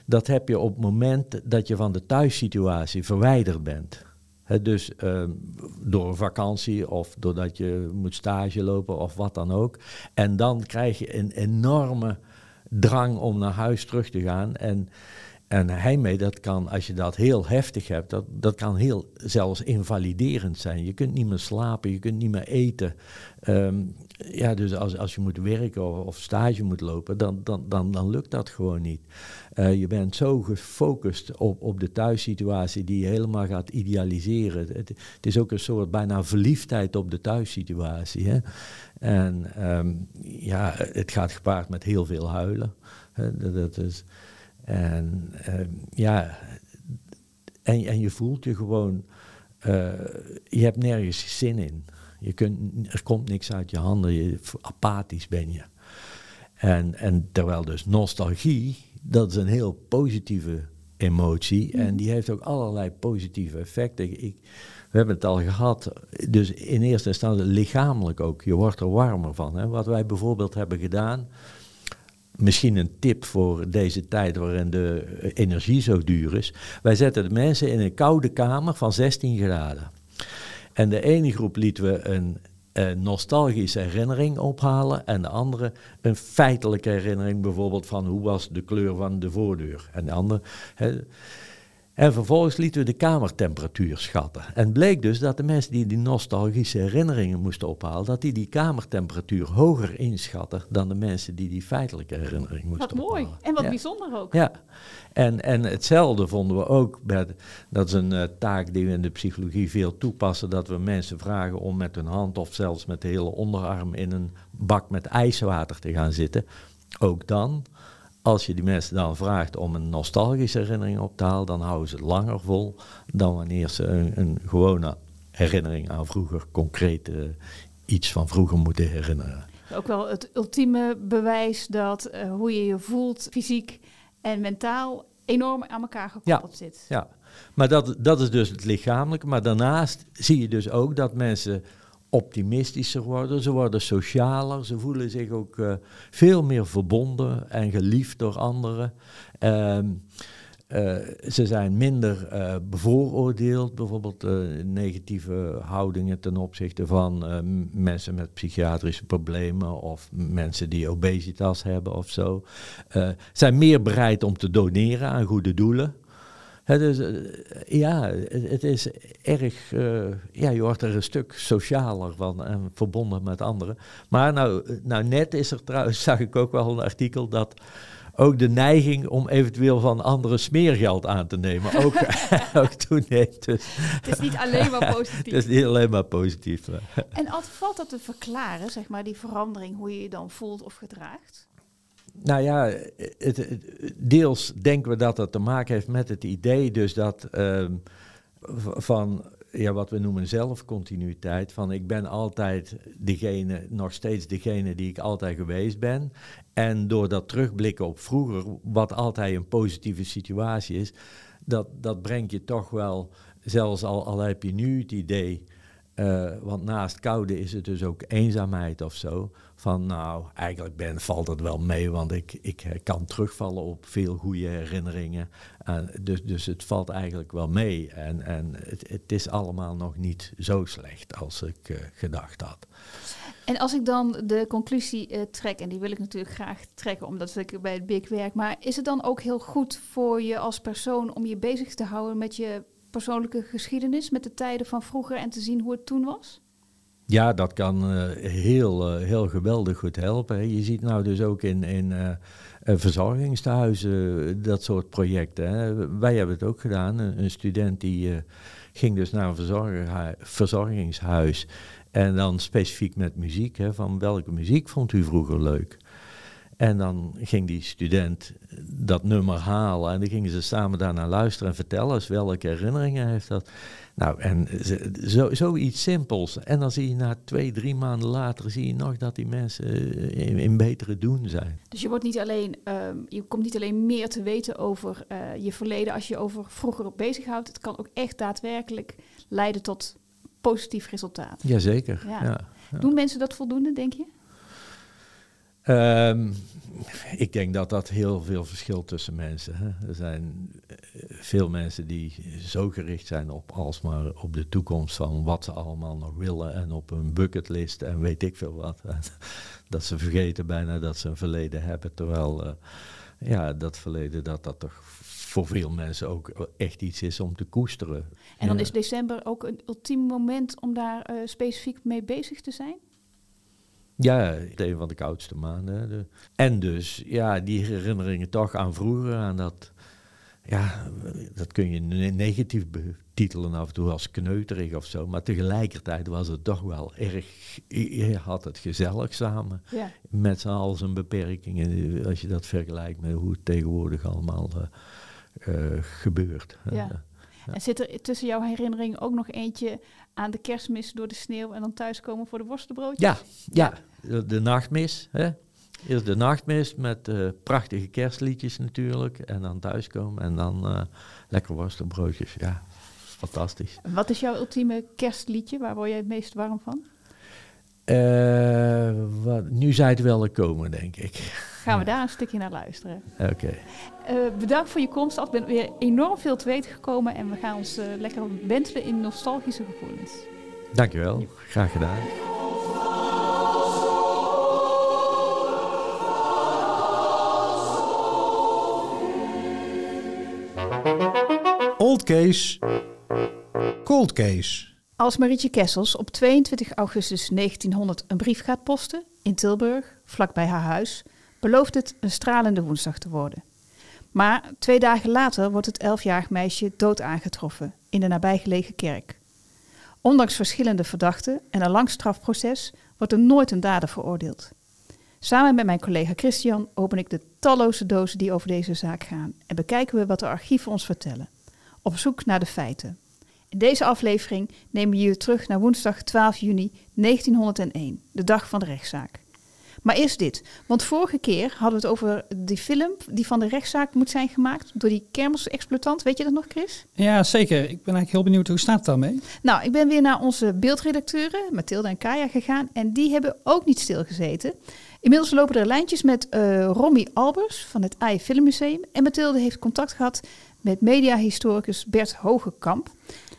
dat heb je op het moment dat je van de thuissituatie verwijderd bent. Dus door een vakantie of doordat je moet stage lopen of wat dan ook. En dan krijg je een enorme drang om naar huis terug te gaan. En heimwee, dat kan, als je dat heel heftig hebt, dat kan heel zelfs invaliderend zijn. Je kunt niet meer slapen, je kunt niet meer eten. Dus als je moet werken of stage moet lopen, dan lukt dat gewoon niet. Je bent zo gefocust op de thuissituatie die je helemaal gaat idealiseren. Het is ook een soort bijna verliefdheid op de thuissituatie. Hè? En het gaat gepaard met heel veel huilen. Dat is... En je voelt je gewoon, je hebt nergens zin in. Er komt niks uit je handen, apathisch ben je. En terwijl dus nostalgie, dat is een heel positieve emotie. En die heeft ook allerlei positieve effecten. We hebben het al gehad, dus in eerste instantie lichamelijk ook. Je wordt er warmer van. Hè? Wat wij bijvoorbeeld hebben gedaan... Misschien een tip voor deze tijd waarin de energie zo duur is. Wij zetten de mensen in een koude kamer van 16 graden. En de ene groep lieten we een nostalgische herinnering ophalen. En de andere een feitelijke herinnering. Bijvoorbeeld van hoe was de kleur van de voordeur. En de andere... En vervolgens lieten we de kamertemperatuur schatten. En bleek dus dat de mensen die nostalgische herinneringen moesten ophalen, dat die kamertemperatuur hoger inschatten dan de mensen die feitelijke herinnering moesten ophalen. Wat mooi. En wat bijzonder ook. Ja. En hetzelfde vonden we ook, dat is een taak die we in de psychologie veel toepassen, dat we mensen vragen om met hun hand of zelfs met de hele onderarm in een bak met ijswater te gaan zitten. Ook dan... Als je die mensen dan vraagt om een nostalgische herinnering op te halen, dan houden ze het langer vol dan wanneer ze een gewone herinnering aan vroeger, concreet iets van vroeger moeten herinneren. Ook wel het ultieme bewijs dat hoe je je voelt, fysiek en mentaal, enorm aan elkaar gekoppeld zit. Ja, maar dat is dus het lichamelijke. Maar daarnaast zie je dus ook dat mensen optimistischer worden, ze worden socialer, ze voelen zich ook veel meer verbonden en geliefd door anderen. Ze zijn minder bevooroordeeld, bijvoorbeeld negatieve houdingen ten opzichte van mensen met psychiatrische problemen of mensen die obesitas hebben of zo. Zijn meer bereid om te doneren aan goede doelen. Het is erg, je wordt er een stuk socialer van en verbonden met anderen. Maar nou net is er trouwens, zag ik ook wel een artikel, dat ook de neiging om eventueel van anderen smeergeld aan te nemen ook toeneemt. Dus. Het is niet alleen maar positief. Het is niet alleen maar positief. En valt dat te verklaren, zeg maar, die verandering, hoe je je dan voelt of gedraagt? Nou ja, deels denken we dat dat te maken heeft met het idee dus dat van wat we noemen zelfcontinuïteit, van ik ben altijd nog steeds degene die ik altijd geweest ben. En door dat terugblikken op vroeger, wat altijd een positieve situatie is, dat brengt je toch wel, zelfs al heb je nu het idee, want naast koude is het dus ook eenzaamheid of zo. Van eigenlijk valt het wel mee, want ik kan terugvallen op veel goede herinneringen. Dus het valt eigenlijk wel mee. En het is allemaal nog niet zo slecht als ik gedacht had. En als ik dan de conclusie trek, en die wil ik natuurlijk graag trekken omdat ik bij het BIC werk, maar is het dan ook heel goed voor je als persoon om je bezig te houden met je persoonlijke geschiedenis, met de tijden van vroeger en te zien hoe het toen was? Ja, dat kan heel geweldig goed helpen. Hè. Je ziet nou dus ook in verzorgingstehuizen dat soort projecten. Hè. Wij hebben het ook gedaan. Een student die ging dus naar een verzorgingshuis en dan specifiek met muziek. Hè, van welke muziek vond u vroeger leuk? En dan ging die student dat nummer halen en dan gingen ze samen daarnaar luisteren en vertellen eens welke herinneringen heeft dat. Nou, en zoiets simpels. En dan zie je na 2-3 maanden later zie je nog dat die mensen in betere doen zijn. Dus je komt niet alleen meer te weten over je verleden als je over vroeger bezighoudt. Het kan ook echt daadwerkelijk leiden tot positief resultaat. Jazeker. Ja. Doen mensen dat voldoende, denk je? Ik denk dat heel veel verschilt tussen mensen. Hè. Er zijn veel mensen die zo gericht zijn alsmaar op de toekomst van wat ze allemaal nog willen en op een bucketlist en weet ik veel wat. Dat ze vergeten bijna dat ze een verleden hebben, terwijl dat verleden dat toch voor veel mensen ook echt iets is om te koesteren. En dan is december ook een ultiem moment om daar specifiek mee bezig te zijn? Ja, het is een van de koudste maanden. En dus, die herinneringen toch aan vroeger, aan dat... Ja, dat kun je negatief betitelen af en toe als kneuterig of zo. Maar tegelijkertijd was het toch wel erg... Je had het gezellig samen. Ja. Met z'n allen zijn beperkingen. Als je dat vergelijkt met hoe het tegenwoordig allemaal gebeurt. Ja. En zit er tussen jouw herinneringen ook nog eentje aan de kerstmis door de sneeuw en dan thuiskomen voor de worstenbroodjes? Ja. De nachtmis. Hè? Eerst de nachtmis met prachtige kerstliedjes natuurlijk. En dan thuiskomen en dan lekker worstenbroodjes. Ja, fantastisch. Wat is jouw ultieme kerstliedje? Waar word jij het meest warm van? Nu zij het wel komen, denk ik. Gaan we daar een stukje naar luisteren. Oké. Bedankt voor je komst. Ik ben weer enorm veel te weten gekomen. En we gaan ons lekker wentelen in nostalgische gevoelens. Dankjewel. Graag gedaan. Old Case, Cold Case. Als Marietje Kessels op 22 augustus 1900 een brief gaat posten in Tilburg, vlakbij haar huis, belooft het een stralende woensdag te worden. Maar 2 dagen later wordt het 11-jarig meisje dood aangetroffen in de nabijgelegen kerk. Ondanks verschillende verdachten en een lang strafproces wordt er nooit een dader veroordeeld. Samen met mijn collega Christian open ik de talloze dozen die over deze zaak gaan en bekijken we wat de archieven ons vertellen. Op zoek naar de feiten. In deze aflevering nemen we jullie terug naar woensdag 12 juni 1901, de dag van de rechtszaak. Maar eerst dit, want vorige keer hadden we het over die film die van de rechtszaak moet zijn gemaakt door die kermisexploitant. Weet je dat nog, Chris? Ja, zeker. Ik ben eigenlijk heel benieuwd, hoe staat het daarmee? Nou, ik ben weer naar onze beeldredacteuren, Mathilde en Kaya, gegaan en die hebben ook niet stilgezeten. Inmiddels lopen er lijntjes met Romy Albers van het AI Filmmuseum en Mathilde heeft contact gehad met mediahistoricus Bert Hogekamp.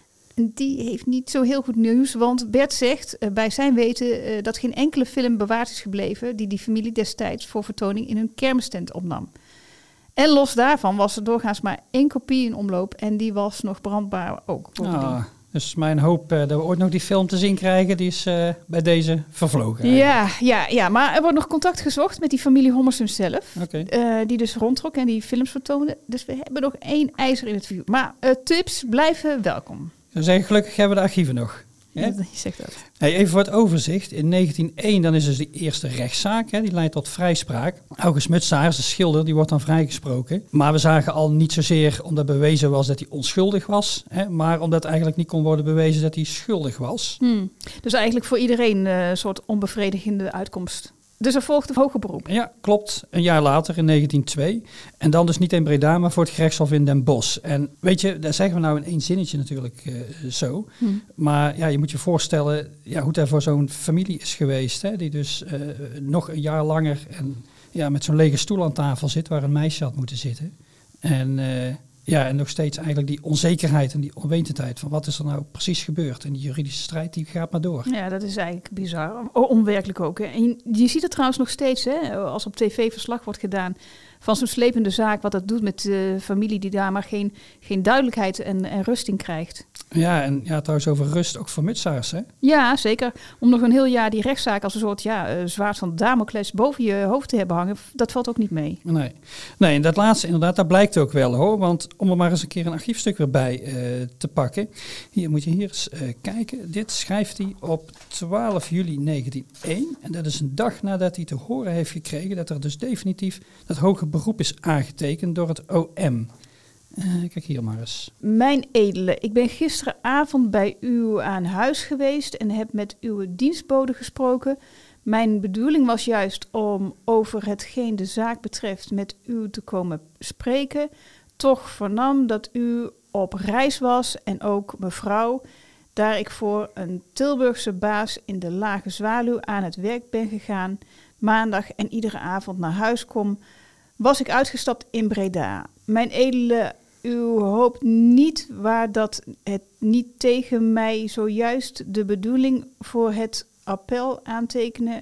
Die heeft niet zo heel goed nieuws, want Bert zegt bij zijn weten dat geen enkele film bewaard is gebleven die familie destijds voor vertoning in hun kermistent opnam. En los daarvan was er doorgaans maar 1 kopie in omloop en die was nog brandbaar ook. Dus mijn hoop dat we ooit nog die film te zien krijgen, die is bij deze vervlogen. Ja, maar er wordt nog contact gezocht met die familie Hommersum zelf. Okay. Die dus rondtrok en die films vertoonde. Dus we hebben nog 1 ijzer in het vuur. Maar tips blijven welkom. Dan zeggen gelukkig hebben we de archieven nog. Ja, je zegt dat. Hey, even voor het overzicht. In 1901 dan is dus de eerste rechtszaak. Die leidt tot vrijspraak. August Mutsaars, de schilder, die wordt dan vrijgesproken. Maar we zagen al niet zozeer omdat bewezen was dat hij onschuldig was. Maar omdat eigenlijk niet kon worden bewezen dat hij schuldig was. Dus eigenlijk voor iedereen een soort onbevredigende uitkomst. Dus er volgt een hoger beroep. Ja, klopt. Een jaar later, in 1902. En dan dus niet in Breda, maar voor het gerechtshof in Den Bosch. En weet je, daar zeggen we nou in 1 zinnetje natuurlijk zo. Maar ja, je moet je voorstellen hoe het er voor zo'n familie is geweest. Hè, die dus nog een jaar langer en met zo'n lege stoel aan tafel zit, waar een meisje had moeten zitten. En nog steeds eigenlijk die onzekerheid en die onwetendheid van wat is er nou precies gebeurd. En die juridische strijd die gaat maar door. Ja, dat is eigenlijk bizar. Onwerkelijk ook. Hè. En je ziet het trouwens nog steeds, hè, als op tv verslag wordt gedaan van zo'n slepende zaak, wat dat doet met de familie die daar maar geen duidelijkheid en rust in krijgt. Ja, en trouwens over rust ook voor Mutsaars, hè? Ja, zeker. Om nog een heel jaar die rechtszaak als een soort zwaard van Damocles boven je hoofd te hebben hangen, dat valt ook niet mee. Nee, en dat laatste inderdaad, dat blijkt ook wel, hoor. Want om er maar eens een keer een archiefstuk weer bij te pakken. Hier moet je hier eens kijken. Dit schrijft hij op 12 juli 1901. En dat is een dag nadat hij te horen heeft gekregen dat er dus definitief dat hoger beroep is aangetekend door het OM. Kijk hier maar eens. Mijn edele, ik ben gisteravond bij u aan huis geweest en heb met uw dienstbode gesproken. Mijn bedoeling was juist om over hetgeen de zaak betreft met u te komen spreken. Toch vernam dat u op reis was en ook mevrouw, daar ik voor een Tilburgse baas in de Lage Zwaluw aan het werk ben gegaan, maandag en iedere avond naar huis kom, was ik uitgestapt in Breda. Mijn edele, u hoopt niet waar dat het niet tegen mij zojuist de bedoeling voor het appel aantekenen.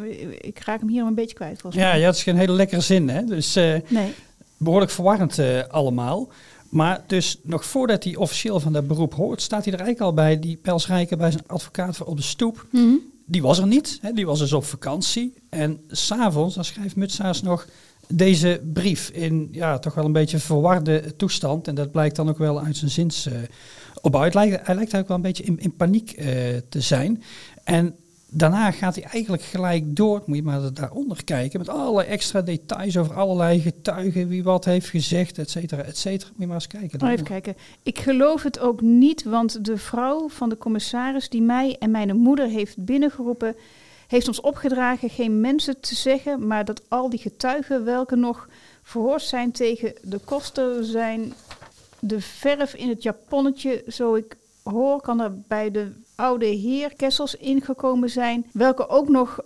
Ik raak hem hier een beetje kwijt volgens mij. Ja, het is geen hele lekkere zin, hè? Dus Nee. behoorlijk verwarrend allemaal. Maar dus nog voordat hij officieel van dat beroep hoort, staat hij er eigenlijk al bij, die Pels Rijken, bij zijn advocaat voor op de stoep. Mm-hmm. Die was er niet, hè? Die was dus op vakantie. En 's avonds, dan schrijft Mutsaers nog deze brief in toch wel een beetje verwarde toestand. En dat blijkt dan ook wel uit zijn zinsopbouw. Hij lijkt eigenlijk wel een beetje in paniek te zijn. En daarna gaat hij eigenlijk gelijk door, moet je maar daaronder kijken, met allerlei extra details over allerlei getuigen, wie wat heeft gezegd, et cetera, et cetera. Moet je maar eens kijken. Even kijken. Ik geloof het ook niet, want de vrouw van de commissaris die mij en mijn moeder heeft binnengeroepen, heeft ons opgedragen geen mensen te zeggen, maar dat al die getuigen welke nog verhoord zijn tegen de koster zijn de verf in het japonnetje, zo ik hoor, kan er bij de oude heer Kessels ingekomen zijn, welke ook nog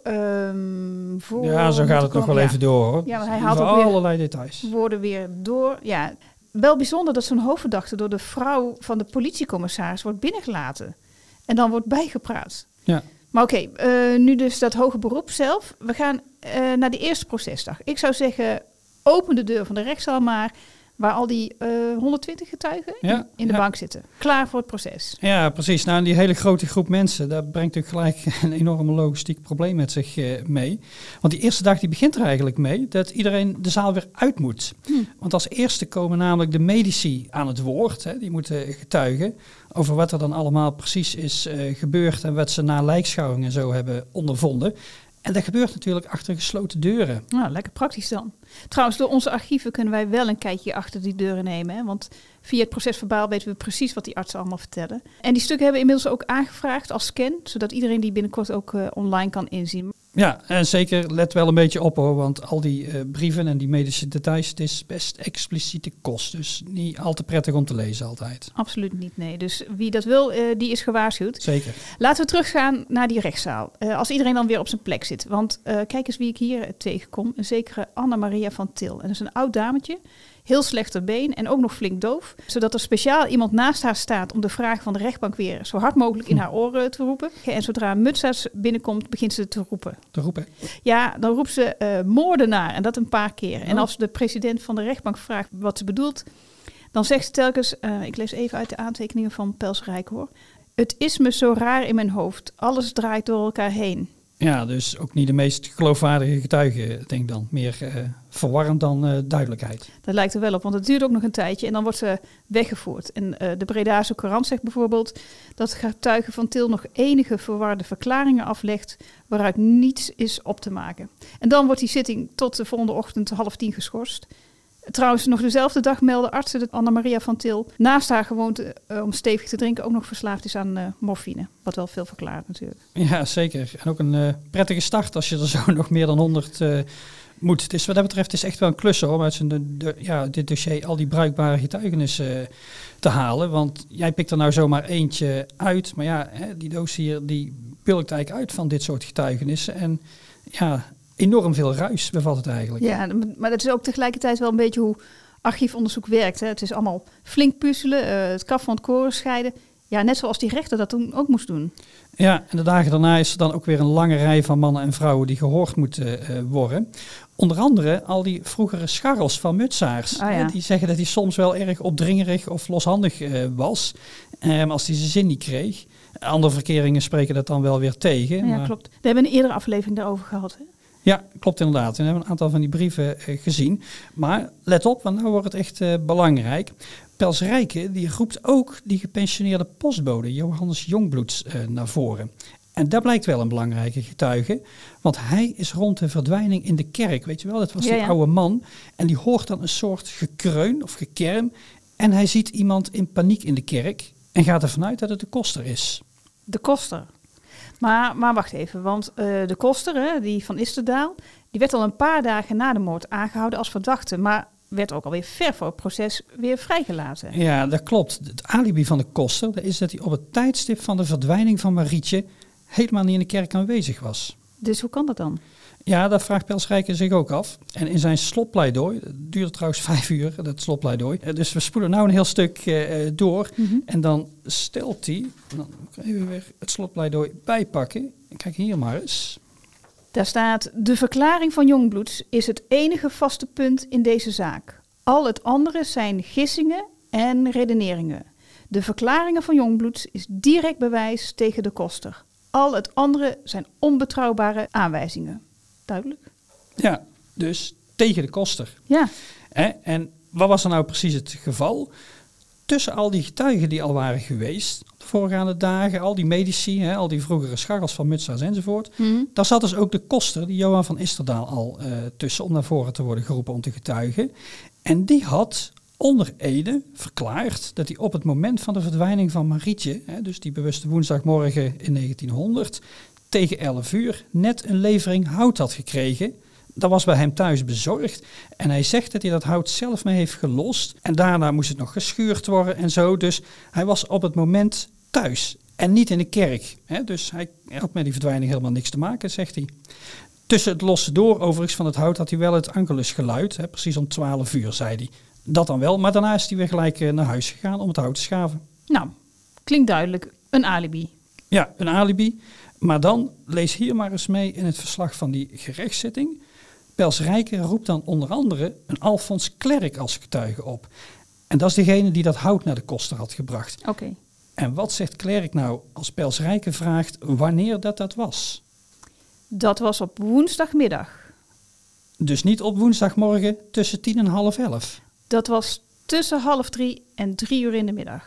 voor... Ja, zo gaat het nog wel even door, hoor. Ja, maar hij haalt ook allerlei details. Woorden weer door. Ja, wel bijzonder dat zo'n hoofdverdachte door de vrouw van de politiecommissaris wordt binnengelaten en dan wordt bijgepraat. Ja. Maar oké, nu dus dat hoge beroep zelf. We gaan naar de eerste procesdag. Ik zou zeggen, open de deur van de rechtszaal maar, waar al die 120 getuigen in de bank zitten. Klaar voor het proces. Ja, precies. Nou, en die hele grote groep mensen, dat brengt natuurlijk gelijk een enorm logistiek probleem met zich mee. Want die eerste dag die begint er eigenlijk mee dat iedereen de zaal weer uit moet. Want als eerste komen namelijk de medici aan het woord. Hè. Die moeten getuigen over wat er dan allemaal precies is gebeurd en wat ze na lijkschouwing en zo hebben ondervonden. En dat gebeurt natuurlijk achter gesloten deuren. Nou, lekker praktisch dan. Trouwens, door onze archieven kunnen wij wel een kijkje achter die deuren nemen. Hè? Want via het procesverbaal weten we precies wat die artsen allemaal vertellen. En die stukken hebben we inmiddels ook aangevraagd als scan, zodat iedereen die binnenkort ook online kan inzien. Ja, en zeker let wel een beetje op hoor, want al die brieven en die medische details, het is best expliciete kost. Dus niet al te prettig om te lezen altijd. Absoluut niet, nee. Dus wie dat wil, die is gewaarschuwd. Zeker. Laten we teruggaan naar die rechtszaal. Als iedereen dan weer op zijn plek zit. Want kijk eens wie ik hier tegenkom. Een zekere Anna-Maria van Til. En dat is een oud dametje. Heel slecht ter been en ook nog flink doof. Zodat er speciaal iemand naast haar staat om de vraag van de rechtbank weer zo hard mogelijk in haar oren te roepen. En zodra Mutsaers binnenkomt, begint ze te roepen. Te roepen? Ja, dan roept ze moordenaar en dat een paar keer. En als de president van de rechtbank vraagt wat ze bedoelt, dan zegt ze telkens, ik lees even uit de aantekeningen van Pels Rijk hoor. Het is me zo raar in mijn hoofd. Alles draait door elkaar heen. Ja, dus ook niet de meest geloofwaardige getuigen, denk ik dan. Meer verwarrend dan duidelijkheid. Dat lijkt er wel op, want het duurt ook nog een tijdje en dan wordt ze weggevoerd. En de Bredaanse Courant zegt bijvoorbeeld dat de getuige van Til nog enige verwarde verklaringen aflegt waaruit niets is op te maken. En dan wordt die zitting tot de volgende ochtend 9:30 geschorst. Trouwens, nog dezelfde dag melden artsen dat Anna-Maria van Til naast haar gewoonte om stevig te drinken ook nog verslaafd is aan morfine. Wat wel veel verklaart natuurlijk. Ja, zeker. En ook een prettige start als je er zo nog meer dan 100 moet. Dus wat dat betreft is echt wel een klus hoor, om uit dit dossier al die bruikbare getuigenissen te halen. Want jij pikt er nou zomaar eentje uit. Maar ja, die doos hier die pulkt eigenlijk uit van dit soort getuigenissen. En ja, enorm veel ruis bevat het eigenlijk. Ja, maar dat is ook tegelijkertijd wel een beetje hoe archiefonderzoek werkt. Hè. Het is allemaal flink puzzelen, het kaf van het koren scheiden. Ja, net zoals die rechter dat toen ook moest doen. Ja, en de dagen daarna is er dan ook weer een lange rij van mannen en vrouwen die gehoord moeten worden. Onder andere al die vroegere scharrels van Mutsaers. Die zeggen dat hij soms wel erg opdringerig of loshandig was. Als hij zijn zin niet kreeg. Andere verkeringen spreken dat dan wel weer tegen. Ja, klopt. We hebben een eerdere aflevering daarover gehad. Hè? Ja, klopt inderdaad. We hebben een aantal van die brieven gezien. Maar let op, want nu wordt het echt belangrijk. Pels Rijke die roept ook die gepensioneerde postbode Johannes Jongbloeds naar voren. En dat blijkt wel een belangrijke getuige. Want hij is rond de verdwijning in de kerk. Weet je wel, dat was die oude man. En die hoort dan een soort gekreun of gekerm. En hij ziet iemand in paniek in de kerk. En gaat ervan uit dat het de koster is. De koster? Maar wacht even, want de koster, die van Isterdaal, die werd al een paar dagen na de moord aangehouden als verdachte, maar werd ook alweer ver voor het proces weer vrijgelaten. Ja, dat klopt. Het alibi van de koster dat is dat hij op het tijdstip van de verdwijning van Marietje helemaal niet in de kerk aanwezig was. Dus hoe kan dat dan? Ja, dat vraagt Pels Rijke zich ook af. En in zijn slotpleidooi, het duurde trouwens 5 uur, dat slotpleidooi. Dus we spoelen nou een heel stuk door. En dan stelt hij, dan moet ik even weer het slotpleidooi bijpakken. Kijk hier maar eens. Daar staat: de verklaring van Jongbloeds is het enige vaste punt in deze zaak. Al het andere zijn gissingen en redeneringen. De verklaringen van Jongbloeds is direct bewijs tegen de koster. Al het andere zijn onbetrouwbare aanwijzingen. Duidelijk? Ja, dus tegen de koster. Ja. En wat was er nou precies het geval? Tussen al die getuigen die al waren geweest, de voorgaande dagen, al die medici, al die vroegere scharrels van Mutsaas enzovoort, daar zat dus ook de koster, die Johan van Isterdaal, al tussen om naar voren te worden geroepen om te getuigen. En die had onder ede verklaard dat hij op het moment van de verdwijning van Marietje, dus die bewuste woensdagmorgen in 1900, tegen 11 uur net een levering hout had gekregen. Dat was bij hem thuis bezorgd. En hij zegt dat hij dat hout zelf mee heeft gelost. En daarna moest het nog geschuurd worden en zo. Dus hij was op het moment thuis en niet in de kerk. Dus hij had met die verdwijning helemaal niks te maken, zegt hij. Tussen het lossen door overigens van het hout had hij wel het Angelusgeluid. Precies om 12 uur, zei hij. Dat dan wel, maar daarna is hij weer gelijk naar huis gegaan om het hout te schaven. Nou, klinkt duidelijk. Een alibi. Ja, een alibi. Maar dan, lees hier maar eens mee in het verslag van die gerechtszitting. Pels Rijke roept dan onder andere een Alfons Klerk als getuige op. En dat is degene die dat hout naar de koster had gebracht. Oké. En wat zegt Klerk nou als Pels Rijke vraagt wanneer dat was? Dat was op woensdagmiddag. Dus niet op woensdagmorgen tussen 10 en half 11. Dat was tussen 2:30 en 3 uur in de middag.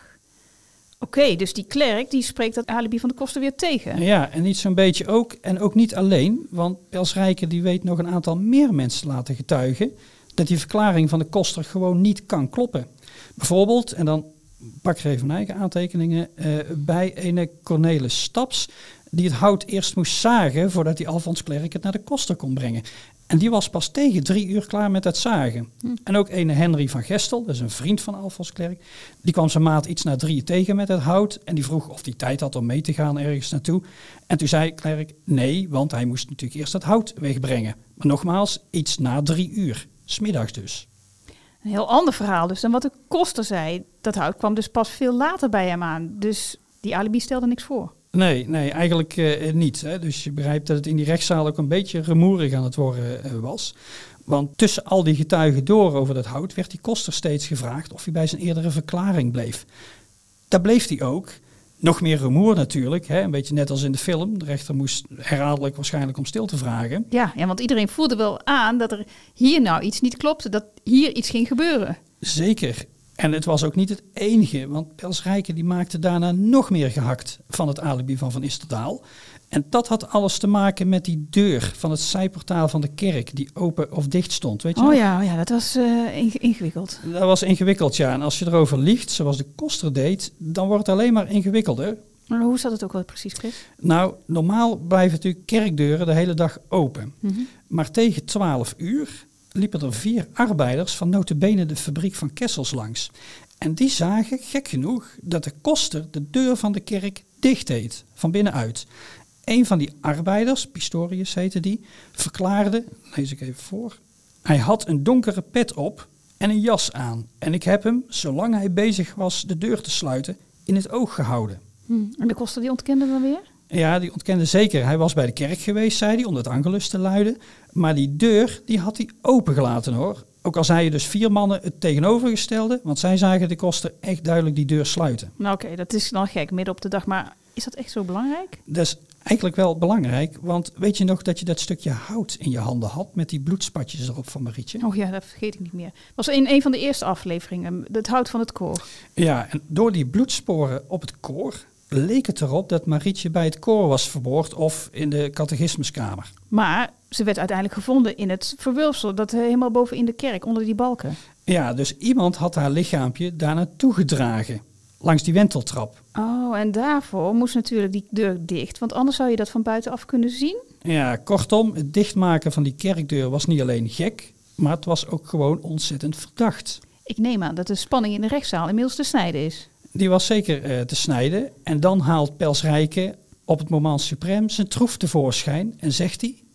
Oké, dus die Klerk die spreekt dat alibi van de koster weer tegen. Ja, en niet zo'n beetje ook. En ook niet alleen, want Pels Rijke die weet nog een aantal meer mensen te laten getuigen dat die verklaring van de koster gewoon niet kan kloppen. Bijvoorbeeld, en dan pak ik er even mijn eigen aantekeningen, bij ene Cornelis Staps, die het hout eerst moest zagen voordat die Alfons Klerk het naar de koster kon brengen. En die was pas tegen 3 uur klaar met het zagen. En ook ene Henry van Gestel, dat is een vriend van Alfons Klerk, die kwam zijn maat iets na 3 tegen met het hout. En die vroeg of hij tijd had om mee te gaan ergens naartoe. En toen zei Klerk nee, want hij moest natuurlijk eerst het hout wegbrengen. Maar nogmaals, iets na 3 uur. 's Middags dus. Een heel ander verhaal dus dan wat de koster zei. Dat hout kwam dus pas veel later bij hem aan. Dus die alibi stelde niks voor. Nee, eigenlijk niet. Hè. Dus je begrijpt dat het in die rechtszaal ook een beetje rumoerig aan het worden was. Want tussen al die getuigen door over dat hout werd die koster steeds gevraagd of hij bij zijn eerdere verklaring bleef. Daar bleef hij ook. Nog meer rumoer natuurlijk, een beetje net als in de film. De rechter moest herhaaldelijk waarschijnlijk om stil te vragen. Ja, want iedereen voelde wel aan dat er hier nou iets niet klopte. Dat hier iets ging gebeuren. Zeker. En het was ook niet het enige, want Pels Rijke die maakte daarna nog meer gehakt van het alibi van Isterdaal. En dat had alles te maken met die deur van het zijportaal van de kerk die open of dicht stond. Weet je nog? Ja, dat was ingewikkeld. Dat was ingewikkeld, ja. En als je erover liegt, zoals de koster deed, dan wordt het alleen maar ingewikkelder. Maar hoe zat het ook wel precies, Chris? Nou, normaal blijven natuurlijk kerkdeuren de hele dag open. Maar tegen 12 uur liepen er 4 arbeiders van nota bene de fabriek van Kessels langs. En die zagen, gek genoeg, dat de koster de deur van de kerk dicht deed, van binnenuit. Een van die arbeiders, Pistorius heette die, verklaarde, lees ik even voor, hij had een donkere pet op en een jas aan. En ik heb hem, zolang hij bezig was de deur te sluiten, in het oog gehouden. En de koster die ontkende dan weer? Ja, die ontkende zeker. Hij was bij de kerk geweest, zei hij, om het Angelus te luiden. Maar die deur, die had hij opengelaten hoor. Ook al zeiden dus 4 mannen het tegenovergestelde, want zij zagen de koster echt duidelijk die deur sluiten. Nou oké, dat is dan gek, midden op de dag. Maar is dat echt zo belangrijk? Dat is eigenlijk wel belangrijk, want weet je nog dat je dat stukje hout in je handen had met die bloedspatjes erop van Marietje? Oh ja, dat vergeet ik niet meer. Was in een van de eerste afleveringen, het hout van het koor. Ja, en door die bloedsporen op het koor leek het erop dat Marietje bij het koor was vermoord of in de catechismuskamer. Maar ze werd uiteindelijk gevonden in het verwulfsel, dat helemaal boven in de kerk, onder die balken. Ja, dus iemand had haar lichaampje daar naartoe gedragen, langs die wenteltrap. Oh, en daarvoor moest natuurlijk die deur dicht, want anders zou je dat van buitenaf kunnen zien. Ja, kortom, het dichtmaken van die kerkdeur was niet alleen gek, maar het was ook gewoon ontzettend verdacht. Ik neem aan dat de spanning in de rechtszaal inmiddels te snijden is. Die was zeker te snijden. En dan haalt Pels Rijke op het moment suprême zijn troef tevoorschijn en zegt hij: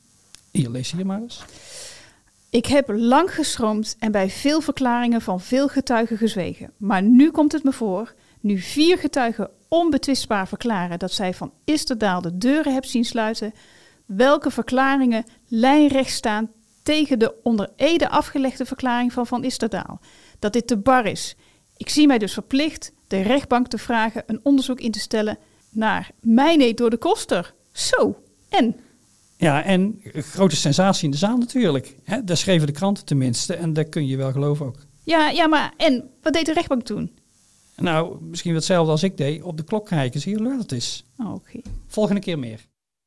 Hier, lees hier maar eens. Ik heb lang geschroomd en bij veel verklaringen van veel getuigen gezwegen. Maar nu komt het me voor, nu 4 getuigen onbetwistbaar verklaren dat zij van Isterdaal de deuren hebben zien sluiten, welke verklaringen lijnrecht staan tegen de onder ede afgelegde verklaring van Isterdaal. Dat dit te bar is. Ik zie mij dus verplicht de rechtbank te vragen een onderzoek in te stellen naar mijne door de koster. Zo, en? Ja, en grote sensatie in de zaal natuurlijk. Hè? Daar schreven de kranten tenminste en dat kun je wel geloven ook. Ja, maar en? Wat deed de rechtbank toen? Nou, misschien hetzelfde als ik deed. Op de klok kijken, zie je hoe laat het is. Oké. Volgende keer meer.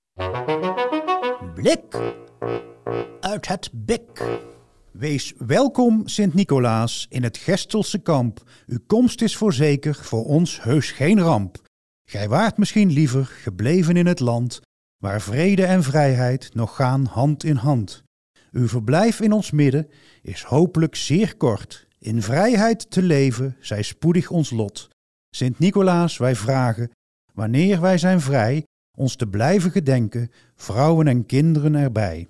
Blik uit het bek. Wees welkom, Sint-Nicolaas, in het Gestelse kamp. Uw komst is voorzeker voor ons heus geen ramp. Gij waart misschien liever gebleven in het land, waar vrede en vrijheid nog gaan hand in hand. Uw verblijf in ons midden is hopelijk zeer kort. In vrijheid te leven zij spoedig ons lot. Sint-Nicolaas, wij vragen, wanneer wij zijn vrij, ons te blijven gedenken, vrouwen en kinderen erbij.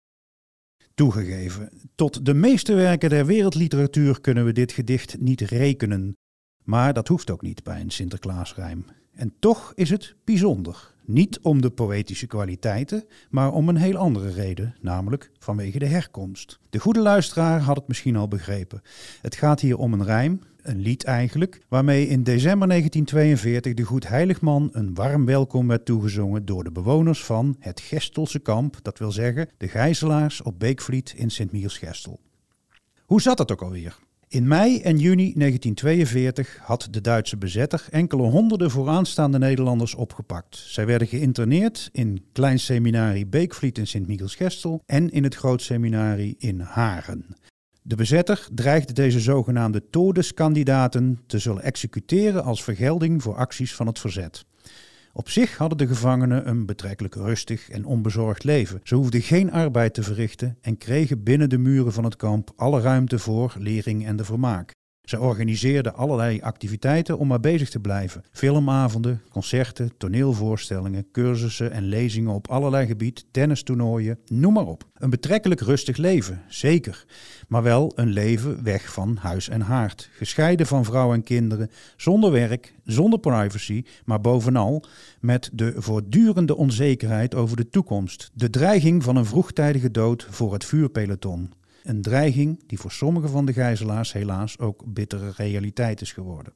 Toegegeven, tot de meeste werken der wereldliteratuur kunnen we dit gedicht niet rekenen. Maar dat hoeft ook niet bij een Sinterklaasrijm. En toch is het bijzonder. Niet om de poëtische kwaliteiten, maar om een heel andere reden, namelijk vanwege de herkomst. De goede luisteraar had het misschien al begrepen. Het gaat hier om een rijm, een lied eigenlijk, waarmee in december 1942 de Goedheiligman een warm welkom werd toegezongen door de bewoners van het Gestelse kamp, dat wil zeggen de gijzelaars op Beekvliet in Sint-Michiels-Gestel. Hoe zat het ook alweer? In mei en juni 1942 had de Duitse bezetter enkele honderden vooraanstaande Nederlanders opgepakt. Zij werden geïnterneerd in Klein Seminarie Beekvliet in Sint-Michiels-Gestel en in het Groot Seminarie in Haren. De bezetter dreigde deze zogenaamde todeskandidaten te zullen executeren als vergelding voor acties van het verzet. Op zich hadden de gevangenen een betrekkelijk rustig en onbezorgd leven. Ze hoefden geen arbeid te verrichten en kregen binnen de muren van het kamp alle ruimte voor lering en de vermaak. Ze organiseerden allerlei activiteiten om maar bezig te blijven. Filmavonden, concerten, toneelvoorstellingen, cursussen en lezingen op allerlei gebied, tennistoernooien, noem maar op. Een betrekkelijk rustig leven, zeker. Maar wel een leven weg van huis en haard. Gescheiden van vrouw en kinderen, zonder werk, zonder privacy, maar bovenal met de voortdurende onzekerheid over de toekomst. De dreiging van een vroegtijdige dood voor het vuurpeloton. Een dreiging die voor sommige van de gijzelaars helaas ook bittere realiteit is geworden.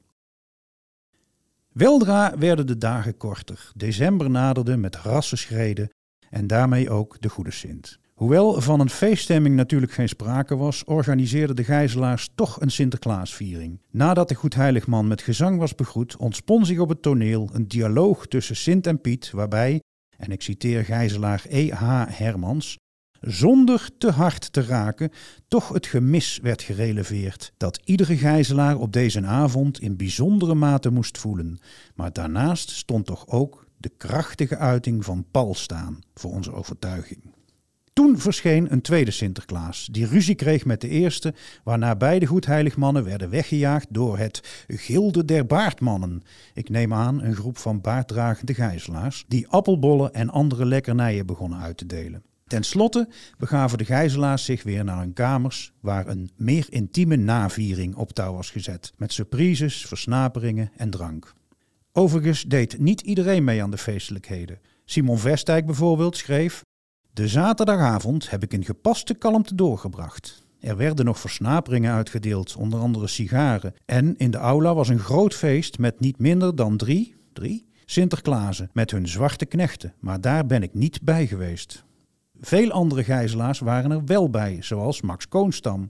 Weldra werden de dagen korter. December naderde met rasse schreden en daarmee ook de Goede Sint. Hoewel van een feeststemming natuurlijk geen sprake was, organiseerden de gijzelaars toch een Sinterklaasviering. Nadat de Goedheiligman met gezang was begroet, ontspon zich op het toneel een dialoog tussen Sint en Piet, waarbij, en ik citeer gijzelaar E.H. Hermans, zonder te hard te raken, toch het gemis werd gereleveerd dat iedere gijzelaar op deze avond in bijzondere mate moest voelen. Maar daarnaast stond toch ook de krachtige uiting van Paul staan voor onze overtuiging. Toen verscheen een tweede Sinterklaas, die ruzie kreeg met de eerste, waarna beide Goedheiligmannen werden weggejaagd door het Gilde der Baardmannen. Ik neem aan een groep van baarddragende gijzelaars, die appelbollen en andere lekkernijen begonnen uit te delen. Ten slotte begaven de gijzelaars zich weer naar hun kamers, waar een meer intieme naviering op touw was gezet, met surprises, versnaperingen en drank. Overigens deed niet iedereen mee aan de feestelijkheden. Simon Vestijk bijvoorbeeld schreef: de zaterdagavond heb ik in gepaste kalmte doorgebracht. Er werden nog versnaperingen uitgedeeld, onder andere sigaren. En in de aula was een groot feest met niet minder dan drie Sinterklaasen met hun zwarte knechten, maar daar ben ik niet bij geweest. Veel andere gijzelaars waren er wel bij, zoals Max Koonstam.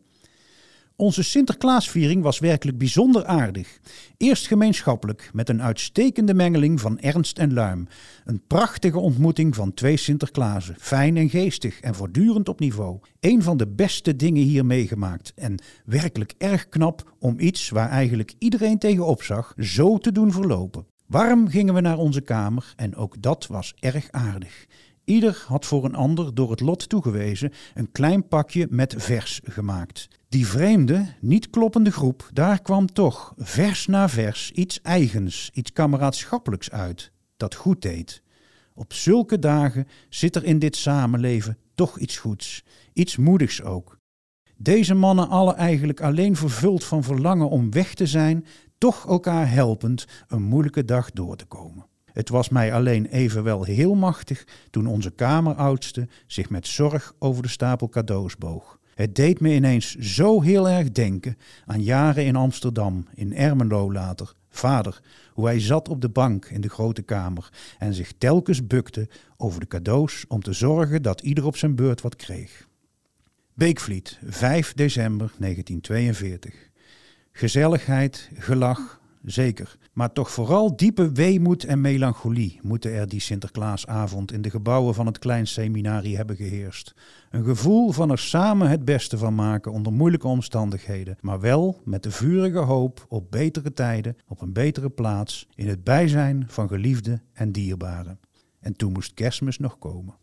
Onze Sinterklaasviering was werkelijk bijzonder aardig. Eerst gemeenschappelijk, met een uitstekende mengeling van ernst en luim. Een prachtige ontmoeting van twee Sinterklaasen, fijn en geestig en voortdurend op niveau. Een van de beste dingen hier meegemaakt en werkelijk erg knap om iets waar eigenlijk iedereen tegenop zag, zo te doen verlopen. Warm gingen we naar onze kamer en ook dat was erg aardig. Ieder had voor een ander door het lot toegewezen een klein pakje met vers gemaakt. Die vreemde, niet kloppende groep, daar kwam toch vers na vers iets eigens, iets kameraadschappelijks uit, dat goed deed. Op zulke dagen zit er in dit samenleven toch iets goeds, iets moedigs ook. Deze mannen alle eigenlijk alleen vervuld van verlangen om weg te zijn, toch elkaar helpend een moeilijke dag door te komen. Het was mij alleen evenwel heel machtig toen onze kameroudste zich met zorg over de stapel cadeaus boog. Het deed me ineens zo heel erg denken aan jaren in Amsterdam, in Ermelo later. Vader, hoe hij zat op de bank in de grote kamer en zich telkens bukte over de cadeaus om te zorgen dat ieder op zijn beurt wat kreeg. Beekvliet, 5 december 1942. Gezelligheid, gelach, zeker. Maar toch vooral diepe weemoed en melancholie moeten er die Sinterklaasavond in de gebouwen van het Kleinseminarie hebben geheerst. Een gevoel van er samen het beste van maken onder moeilijke omstandigheden, maar wel met de vurige hoop op betere tijden, op een betere plaats, in het bijzijn van geliefden en dierbaren. En toen moest Kerstmis nog komen.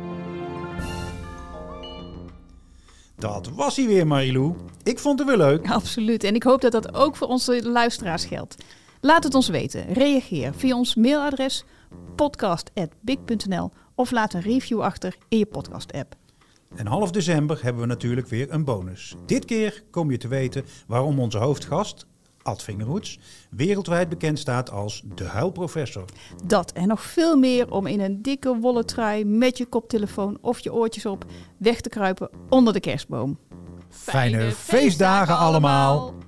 Dat was hij weer, Marilou. Ik vond het weer leuk. Absoluut. En ik hoop dat dat ook voor onze luisteraars geldt. Laat het ons weten. Reageer via ons mailadres podcast@big.nl of laat een review achter in je podcast-app. En half december hebben we natuurlijk weer een bonus. Dit keer kom je te weten waarom onze hoofdgast, Ad Vingerhoets, wereldwijd bekend staat als de huilprofessor. Dat en nog veel meer om in een dikke wollen trui met je koptelefoon of je oortjes op weg te kruipen onder de kerstboom. Fijne feestdagen allemaal!